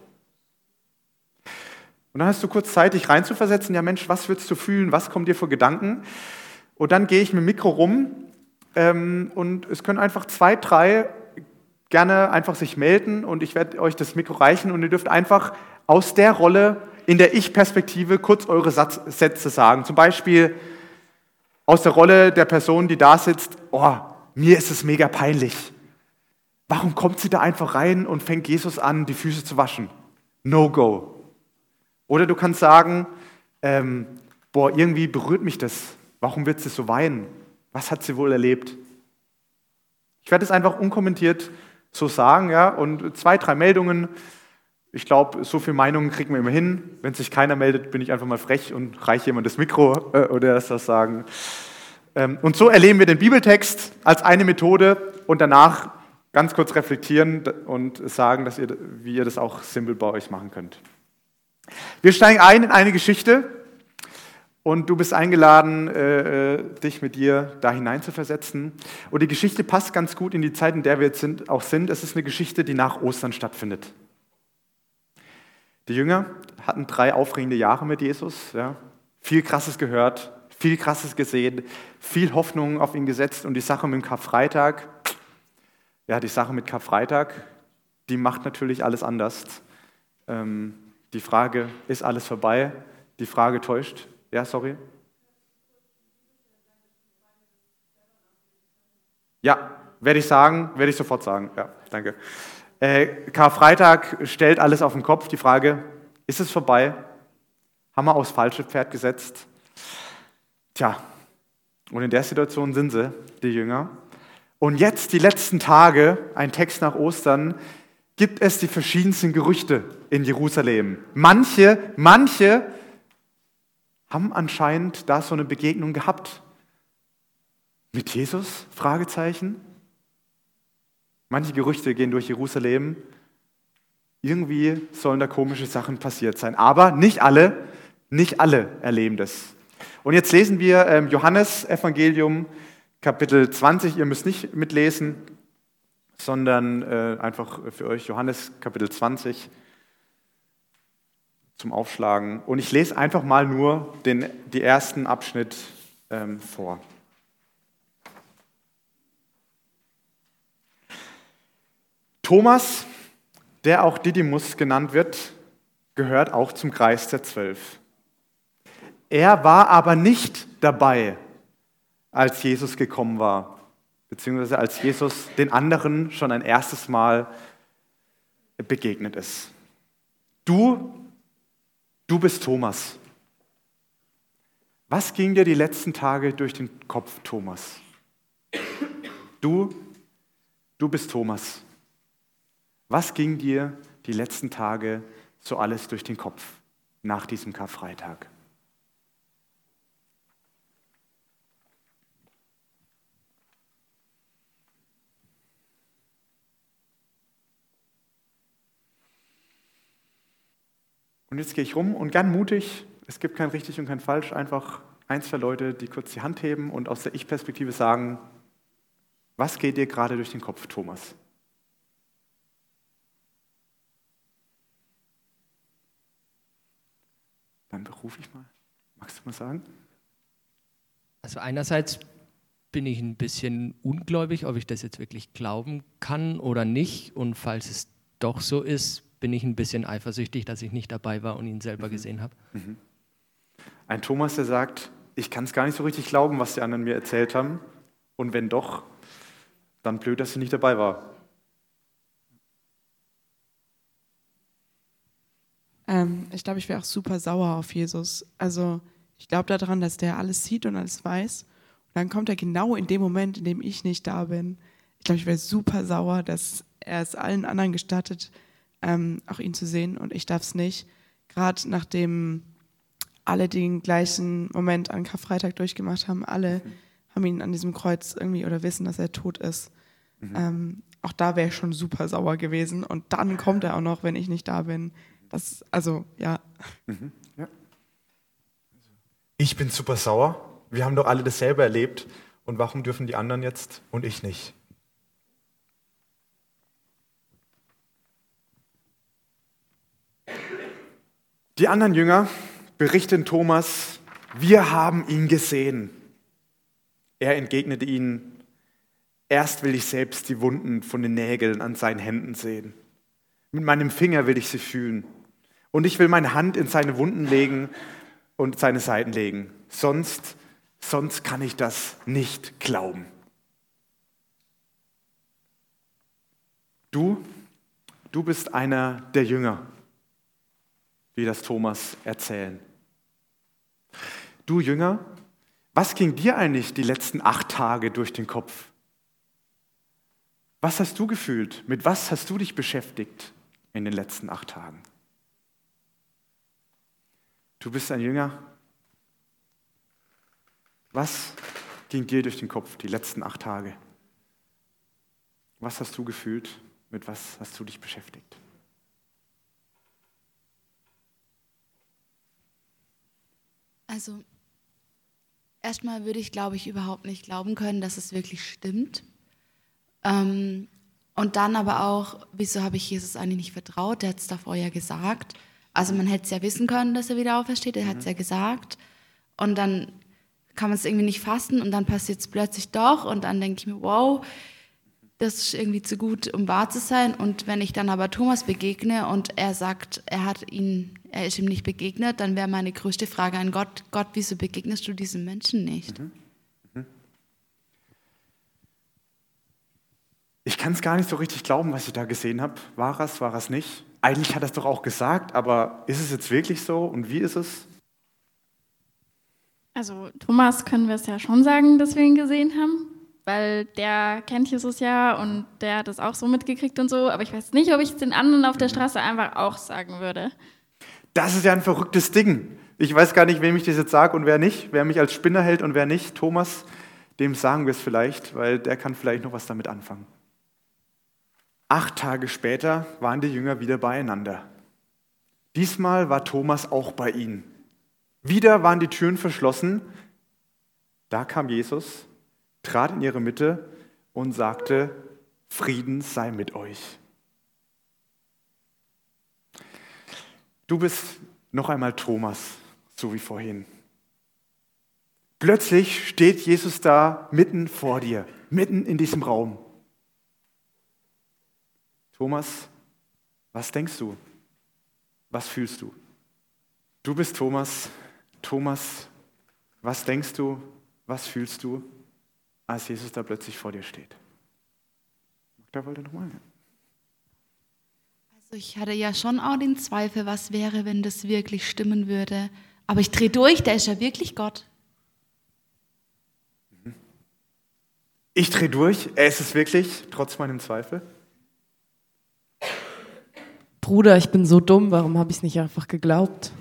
Und dann hast du kurz Zeit, dich reinzuversetzen. Ja Mensch, was würdest du fühlen? Was kommt dir für Gedanken? Und dann gehe ich mit dem Mikro rum und es können einfach 2, 3 gerne einfach sich melden und ich werde euch das Mikro reichen und ihr dürft einfach aus der Rolle in der Ich-Perspektive kurz eure Sätze sagen. Zum Beispiel aus der Rolle der Person, die da sitzt, oh, mir ist es mega peinlich. Warum kommt sie da einfach rein und fängt Jesus an, die Füße zu waschen? No go. Oder du kannst sagen, irgendwie berührt mich das. Warum wird sie so weinen? Was hat sie wohl erlebt? Ich werde es einfach unkommentiert so sagen, ja, und 2, 3 Meldungen. Ich glaube, so viele Meinungen kriegen wir immer hin. Wenn sich keiner meldet, bin ich einfach mal frech und reiche jemand das Mikro oder das sagen. Und so erleben wir den Bibeltext als eine Methode und danach ganz kurz reflektieren und sagen, wie ihr das auch simpel bei euch machen könnt. Wir steigen ein in eine Geschichte Und du bist eingeladen, dich mit dir da hineinzuversetzen. Und die Geschichte passt ganz gut in die Zeit, in der wir jetzt sind. Es ist eine Geschichte, die nach Ostern stattfindet. Die Jünger hatten 3 aufregende Jahre mit Jesus. Ja. Viel Krasses gehört, viel Krasses gesehen, viel Hoffnung auf ihn gesetzt. Und die Sache mit dem Karfreitag, die macht natürlich alles anders. Die Frage, ist alles vorbei? Die Frage täuscht. Ja, sorry. Ja, werde ich sofort sagen. Ja, danke. Karfreitag stellt alles auf den Kopf. Die Frage, ist es vorbei? Haben wir aufs falsche Pferd gesetzt? Tja, und in der Situation sind sie, die Jünger. Und jetzt, die letzten Tage, ein Text nach Ostern, gibt es die verschiedensten Gerüchte in Jerusalem. Manche haben anscheinend da so eine Begegnung gehabt. Mit Jesus? Fragezeichen. Manche Gerüchte gehen durch Jerusalem. Irgendwie sollen da komische Sachen passiert sein. Aber nicht alle erleben das. Und jetzt lesen wir Johannes Evangelium, Kapitel 20. Ihr müsst nicht mitlesen, sondern einfach für euch Johannes Kapitel 20 zum Aufschlagen. Und ich lese einfach mal nur die ersten Abschnitt vor. Thomas, der auch Didymus genannt wird, gehört auch zum Kreis der 12. Er war aber nicht dabei, als Jesus gekommen war, beziehungsweise als Jesus den anderen schon ein erstes Mal begegnet ist. Du bist Thomas. Was ging dir die letzten Tage durch den Kopf, Thomas? Du bist Thomas. Was ging dir die letzten Tage so alles durch den Kopf nach diesem Karfreitag? Und jetzt gehe ich rum und gern mutig, es gibt kein richtig und kein falsch, einfach 1, 2 Leute, die kurz die Hand heben und aus der Ich-Perspektive sagen, was geht dir gerade durch den Kopf, Thomas? Dann berufe ich mal. Magst du mal sagen? Also einerseits bin ich ein bisschen ungläubig, ob ich das jetzt wirklich glauben kann oder nicht. Und falls es doch so ist, bin ich ein bisschen eifersüchtig, dass ich nicht dabei war und ihn selber gesehen habe. Ein Thomas, der sagt, ich kann es gar nicht so richtig glauben, was die anderen mir erzählt haben. Und wenn doch, dann blöd, dass ich nicht dabei war. Ich glaube, ich wäre auch super sauer auf Jesus. Also ich glaube daran, dass der alles sieht und alles weiß. Und dann kommt er genau in dem Moment, in dem ich nicht da bin. Ich glaube, ich wäre super sauer, dass er es allen anderen gestattet, auch ihn zu sehen und ich darf es nicht. Gerade nachdem alle den gleichen Moment an Karfreitag durchgemacht haben, alle haben ihn an diesem Kreuz irgendwie oder wissen, dass er tot ist. Auch da wäre ich schon super sauer gewesen und dann kommt er auch noch, wenn ich nicht da bin. Das, also, ja. Ja. Ich bin super sauer. Wir haben doch alle dasselbe erlebt. Und warum dürfen die anderen jetzt und ich nicht? Die anderen Jünger berichten Thomas, wir haben ihn gesehen. Er entgegnete ihnen, erst will ich selbst die Wunden von den Nägeln an seinen Händen sehen. Mit meinem Finger will ich sie fühlen. Und ich will meine Hand in seine Wunden legen und seine Seiten legen. Sonst kann ich das nicht glauben. Du bist einer der Jünger, wie das Thomas erzählen. Du Jünger, was ging dir eigentlich die letzten 8 Tage durch den Kopf? Was hast du gefühlt? Mit was hast du dich beschäftigt in den letzten 8 Tagen? Du bist ein Jünger. Was ging dir durch den Kopf die letzten 8 Tage? Was hast du gefühlt? Mit was hast du dich beschäftigt? Also, erstmal würde ich, glaube ich, überhaupt nicht glauben können, dass es wirklich stimmt. Und dann aber auch, wieso habe ich Jesus eigentlich nicht vertraut? Der hat es davor ja gesagt. Also man hätte es ja wissen können, dass er wieder aufersteht. Er hat es ja gesagt. Und dann kann man es irgendwie nicht fassen und dann passiert es plötzlich doch. Und dann denke ich mir, wow, das ist irgendwie zu gut, um wahr zu sein. Und wenn ich dann aber Thomas begegne und er sagt, er ist ihm nicht begegnet, dann wäre meine größte Frage an Gott, Gott, wieso begegnest du diesem Menschen nicht? Ich kann es gar nicht so richtig glauben, was ich da gesehen habe. War es nicht? Eigentlich hat er es doch auch gesagt, aber ist es jetzt wirklich so und wie ist es? Also Thomas können wir es ja schon sagen, dass wir ihn gesehen haben, weil der kennt Jesus ja und der hat es auch so mitgekriegt und so, aber ich weiß nicht, ob ich es den anderen auf der Straße einfach auch sagen würde. Das ist ja ein verrücktes Ding. Ich weiß gar nicht, wem ich das jetzt sage und wer nicht, wer mich als Spinner hält und wer nicht. Thomas, dem sagen wir es vielleicht, weil der kann vielleicht noch was damit anfangen. 8 Tage später waren die Jünger wieder beieinander. Diesmal war Thomas auch bei ihnen. Wieder waren die Türen verschlossen. Da kam Jesus, trat in ihre Mitte und sagte, Frieden sei mit euch. Du bist noch einmal Thomas, so wie vorhin. Plötzlich steht Jesus da mitten vor dir, mitten in diesem Raum. Thomas, was denkst du? Was fühlst du? Du bist Thomas. Thomas, was denkst du? Was fühlst du, als Jesus da plötzlich vor dir steht? Magda wollte nochmal. Also ich hatte ja schon auch den Zweifel, was wäre, wenn das wirklich stimmen würde. Aber ich drehe durch, der ist ja wirklich Gott. Ich drehe durch, er ist es wirklich, trotz meinem Zweifel. Bruder, ich bin so dumm, warum habe ich es nicht einfach geglaubt?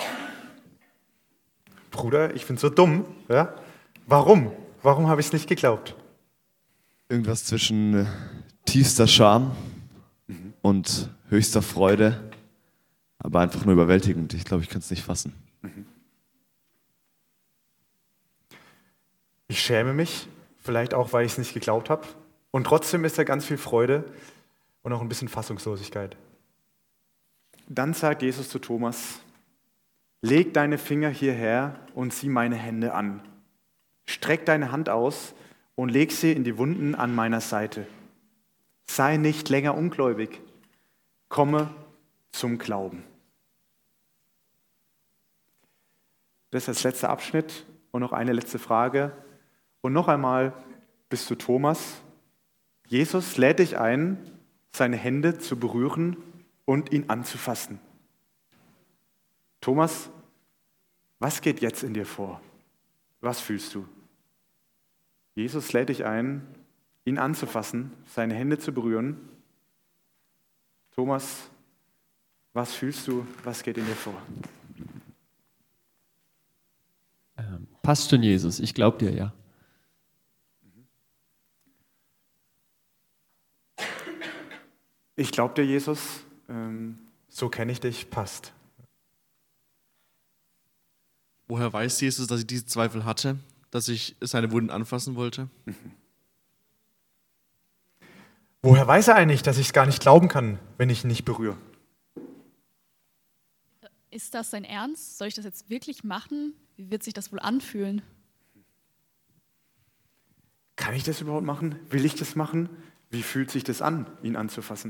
Bruder, ich bin so dumm, ja? Warum? Warum habe ich es nicht geglaubt? Irgendwas zwischen tiefster Scham und höchster Freude, aber einfach nur überwältigend. Ich glaube, ich kann es nicht fassen. Ich schäme mich, vielleicht auch, weil ich es nicht geglaubt habe. Und trotzdem ist da ganz viel Freude und auch ein bisschen Fassungslosigkeit. Dann sagt Jesus zu Thomas, leg deine Finger hierher und sieh meine Hände an. Streck deine Hand aus und leg sie in die Wunden an meiner Seite. Sei nicht länger ungläubig. Komme zum Glauben. Das ist das letzte Abschnitt und noch eine letzte Frage. Und noch einmal bist du Thomas. Jesus lädt dich ein, seine Hände zu berühren und ihn anzufassen. Thomas, was geht jetzt in dir vor? Was fühlst du? Jesus lädt dich ein, ihn anzufassen, seine Hände zu berühren. Thomas, was fühlst du? Was geht in dir vor? Passt schon, Jesus. Ich glaube dir, ja. Ich glaube dir, Jesus. So kenne ich dich, passt. Woher weiß Jesus, dass ich diese Zweifel hatte, dass ich seine Wunden anfassen wollte? Woher weiß er eigentlich, dass ich es gar nicht glauben kann, wenn ich ihn nicht berühre? Ist das sein Ernst? Soll ich das jetzt wirklich machen? Wie wird sich das wohl anfühlen? Kann ich das überhaupt machen? Will ich das machen? Wie fühlt sich das an, ihn anzufassen?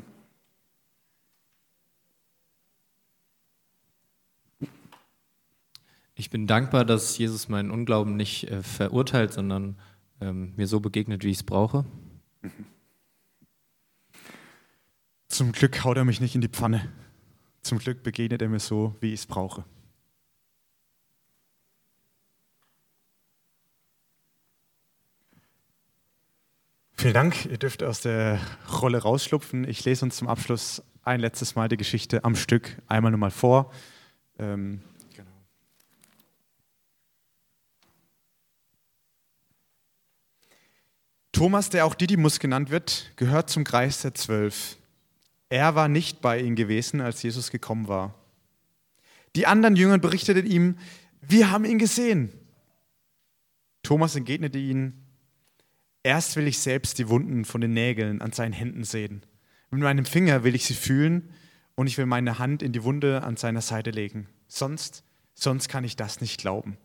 Ich bin dankbar, dass Jesus meinen Unglauben nicht verurteilt, sondern mir so begegnet, wie ich es brauche. Zum Glück haut er mich nicht in die Pfanne. Zum Glück begegnet er mir so, wie ich es brauche. Vielen Dank, ihr dürft aus der Rolle rausschlupfen. Ich lese uns zum Abschluss ein letztes Mal die Geschichte am Stück einmal nochmal vor. Thomas, der auch Didymus genannt wird, gehört zum Kreis der 12. Er war nicht bei ihnen gewesen, als Jesus gekommen war. Die anderen Jünger berichteten ihm, wir haben ihn gesehen. Thomas entgegnete ihnen: Erst will ich selbst die Wunden von den Nägeln an seinen Händen sehen. Mit meinem Finger will ich sie fühlen und ich will meine Hand in die Wunde an seiner Seite legen. Sonst kann ich das nicht glauben.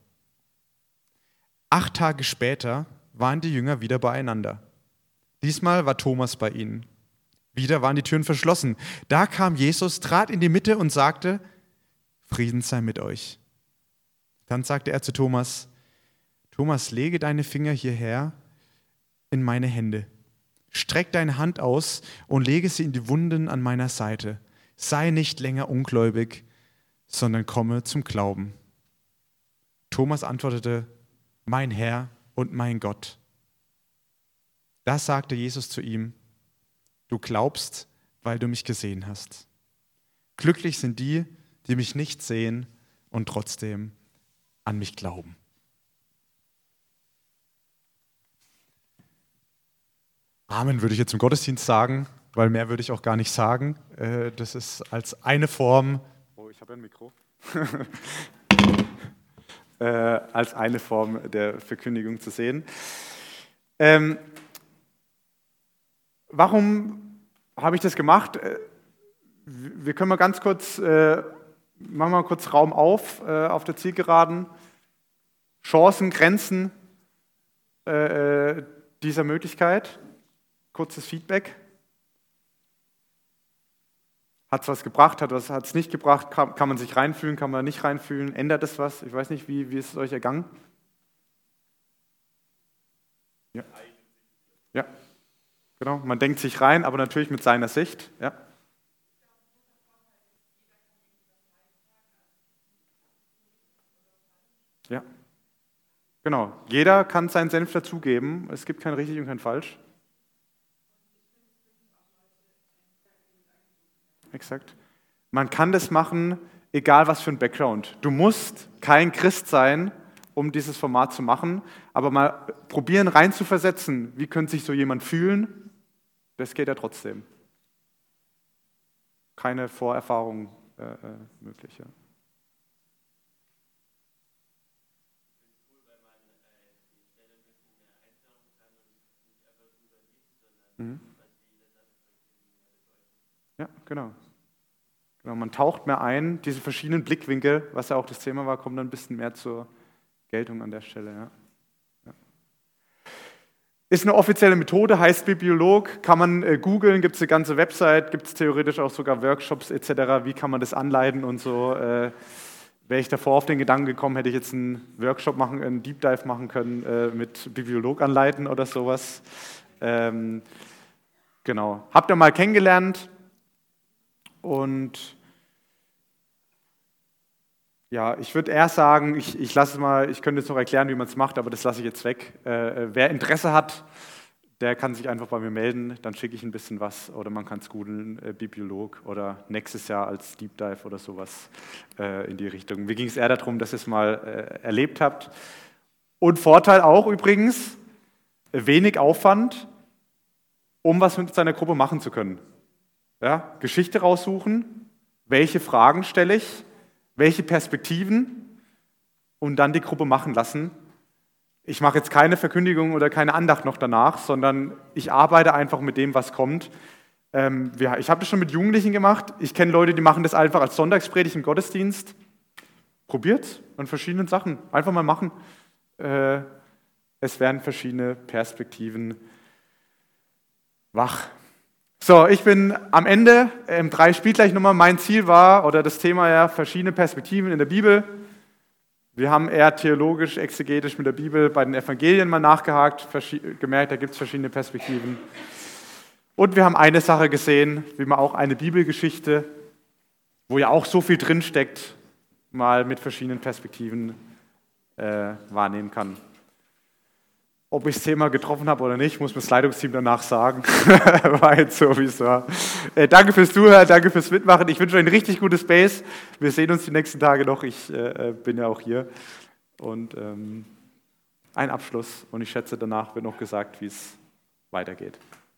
8 Tage später waren die Jünger wieder beieinander. Diesmal war Thomas bei ihnen. Wieder waren die Türen verschlossen. Da kam Jesus, trat in die Mitte und sagte: Frieden sei mit euch. Dann sagte er zu Thomas: Thomas, lege deine Finger hierher in meine Hände. Streck deine Hand aus und lege sie in die Wunden an meiner Seite. Sei nicht länger ungläubig, sondern komme zum Glauben. Thomas antwortete: Mein Herr und mein Gott. Da sagte Jesus zu ihm: Du glaubst, weil du mich gesehen hast. Glücklich sind die, die mich nicht sehen und trotzdem an mich glauben. Amen würde ich jetzt im Gottesdienst sagen, weil mehr würde ich auch gar nicht sagen. Das ist als eine Form. Oh, ich habe ein Mikro. Als eine Form der Verkündigung zu sehen. Warum habe ich das gemacht? Wir können mal ganz kurz, machen wir mal kurz Raum auf der Zielgeraden. Chancen, Grenzen dieser Möglichkeit. Kurzes Feedback. Hat es was gebracht, hat es nicht gebracht? Kann man sich reinfühlen, kann man nicht reinfühlen? Ändert es was? Ich weiß nicht, wie ist es euch ergangen? Ja. Ja, genau. Man denkt sich rein, aber natürlich mit seiner Sicht. Ja. Ja. Genau. Jeder kann seinen Senf dazugeben. Es gibt kein richtig und kein falsch. Exakt. Man kann das machen, egal was für ein Background. Du musst kein Christ sein, um dieses Format zu machen, aber mal probieren reinzuversetzen, wie könnte sich so jemand fühlen, das geht ja trotzdem. Keine Vorerfahrung möglich. Ja. Mhm. Ja, genau. Man taucht mehr ein, diese verschiedenen Blickwinkel, was ja auch das Thema war, kommt dann ein bisschen mehr zur Geltung an der Stelle. Ja. Ja. Ist eine offizielle Methode, heißt Bibliolog, kann man googeln, gibt es eine ganze Website, gibt es theoretisch auch sogar Workshops etc., wie kann man das anleiten und so. Wäre ich davor auf den Gedanken gekommen, hätte ich jetzt einen Workshop machen, einen Deep Dive machen können mit Bibliolog anleiten oder sowas. Genau. Habt ihr mal kennengelernt? Und ja, ich würde eher sagen, ich lasse es mal, ich könnte jetzt noch erklären, wie man es macht, aber das lasse ich jetzt weg. Wer Interesse hat, der kann sich einfach bei mir melden, dann schicke ich ein bisschen was oder man kann es googeln, Bibliolog oder nächstes Jahr als Deep Dive oder sowas in die Richtung. Mir ging es eher darum, dass ihr es mal erlebt habt. Und Vorteil auch übrigens, wenig Aufwand, um was mit seiner Gruppe machen zu können. Ja, Geschichte raussuchen, welche Fragen stelle ich, welche Perspektiven und dann die Gruppe machen lassen. Ich mache jetzt keine Verkündigung oder keine Andacht noch danach, sondern ich arbeite einfach mit dem, was kommt. Ich habe das schon mit Jugendlichen gemacht. Ich kenne Leute, die machen das einfach als Sonntagspredigt im Gottesdienst. Probiert an verschiedenen Sachen. Einfach mal machen. Es werden verschiedene Perspektiven wach. So, ich bin am Ende, 3 spielt gleich nochmal, mein Ziel war, oder das Thema ja, verschiedene Perspektiven in der Bibel. Wir haben eher theologisch, exegetisch mit der Bibel bei den Evangelien mal nachgehakt, gemerkt, da gibt es verschiedene Perspektiven. Und wir haben eine Sache gesehen, wie man auch eine Bibelgeschichte, wo ja auch so viel drinsteckt, mal mit verschiedenen Perspektiven wahrnehmen kann. Ob ich das Thema getroffen habe oder nicht, muss mir das Leitungsteam danach sagen. War jetzt so, wie es war. Danke fürs Zuhören, danke fürs Mitmachen. Ich wünsche euch ein richtig gutes Space. Wir sehen uns die nächsten Tage noch. Ich bin ja auch hier. Und ein Abschluss. Und ich schätze, danach wird noch gesagt, wie es weitergeht.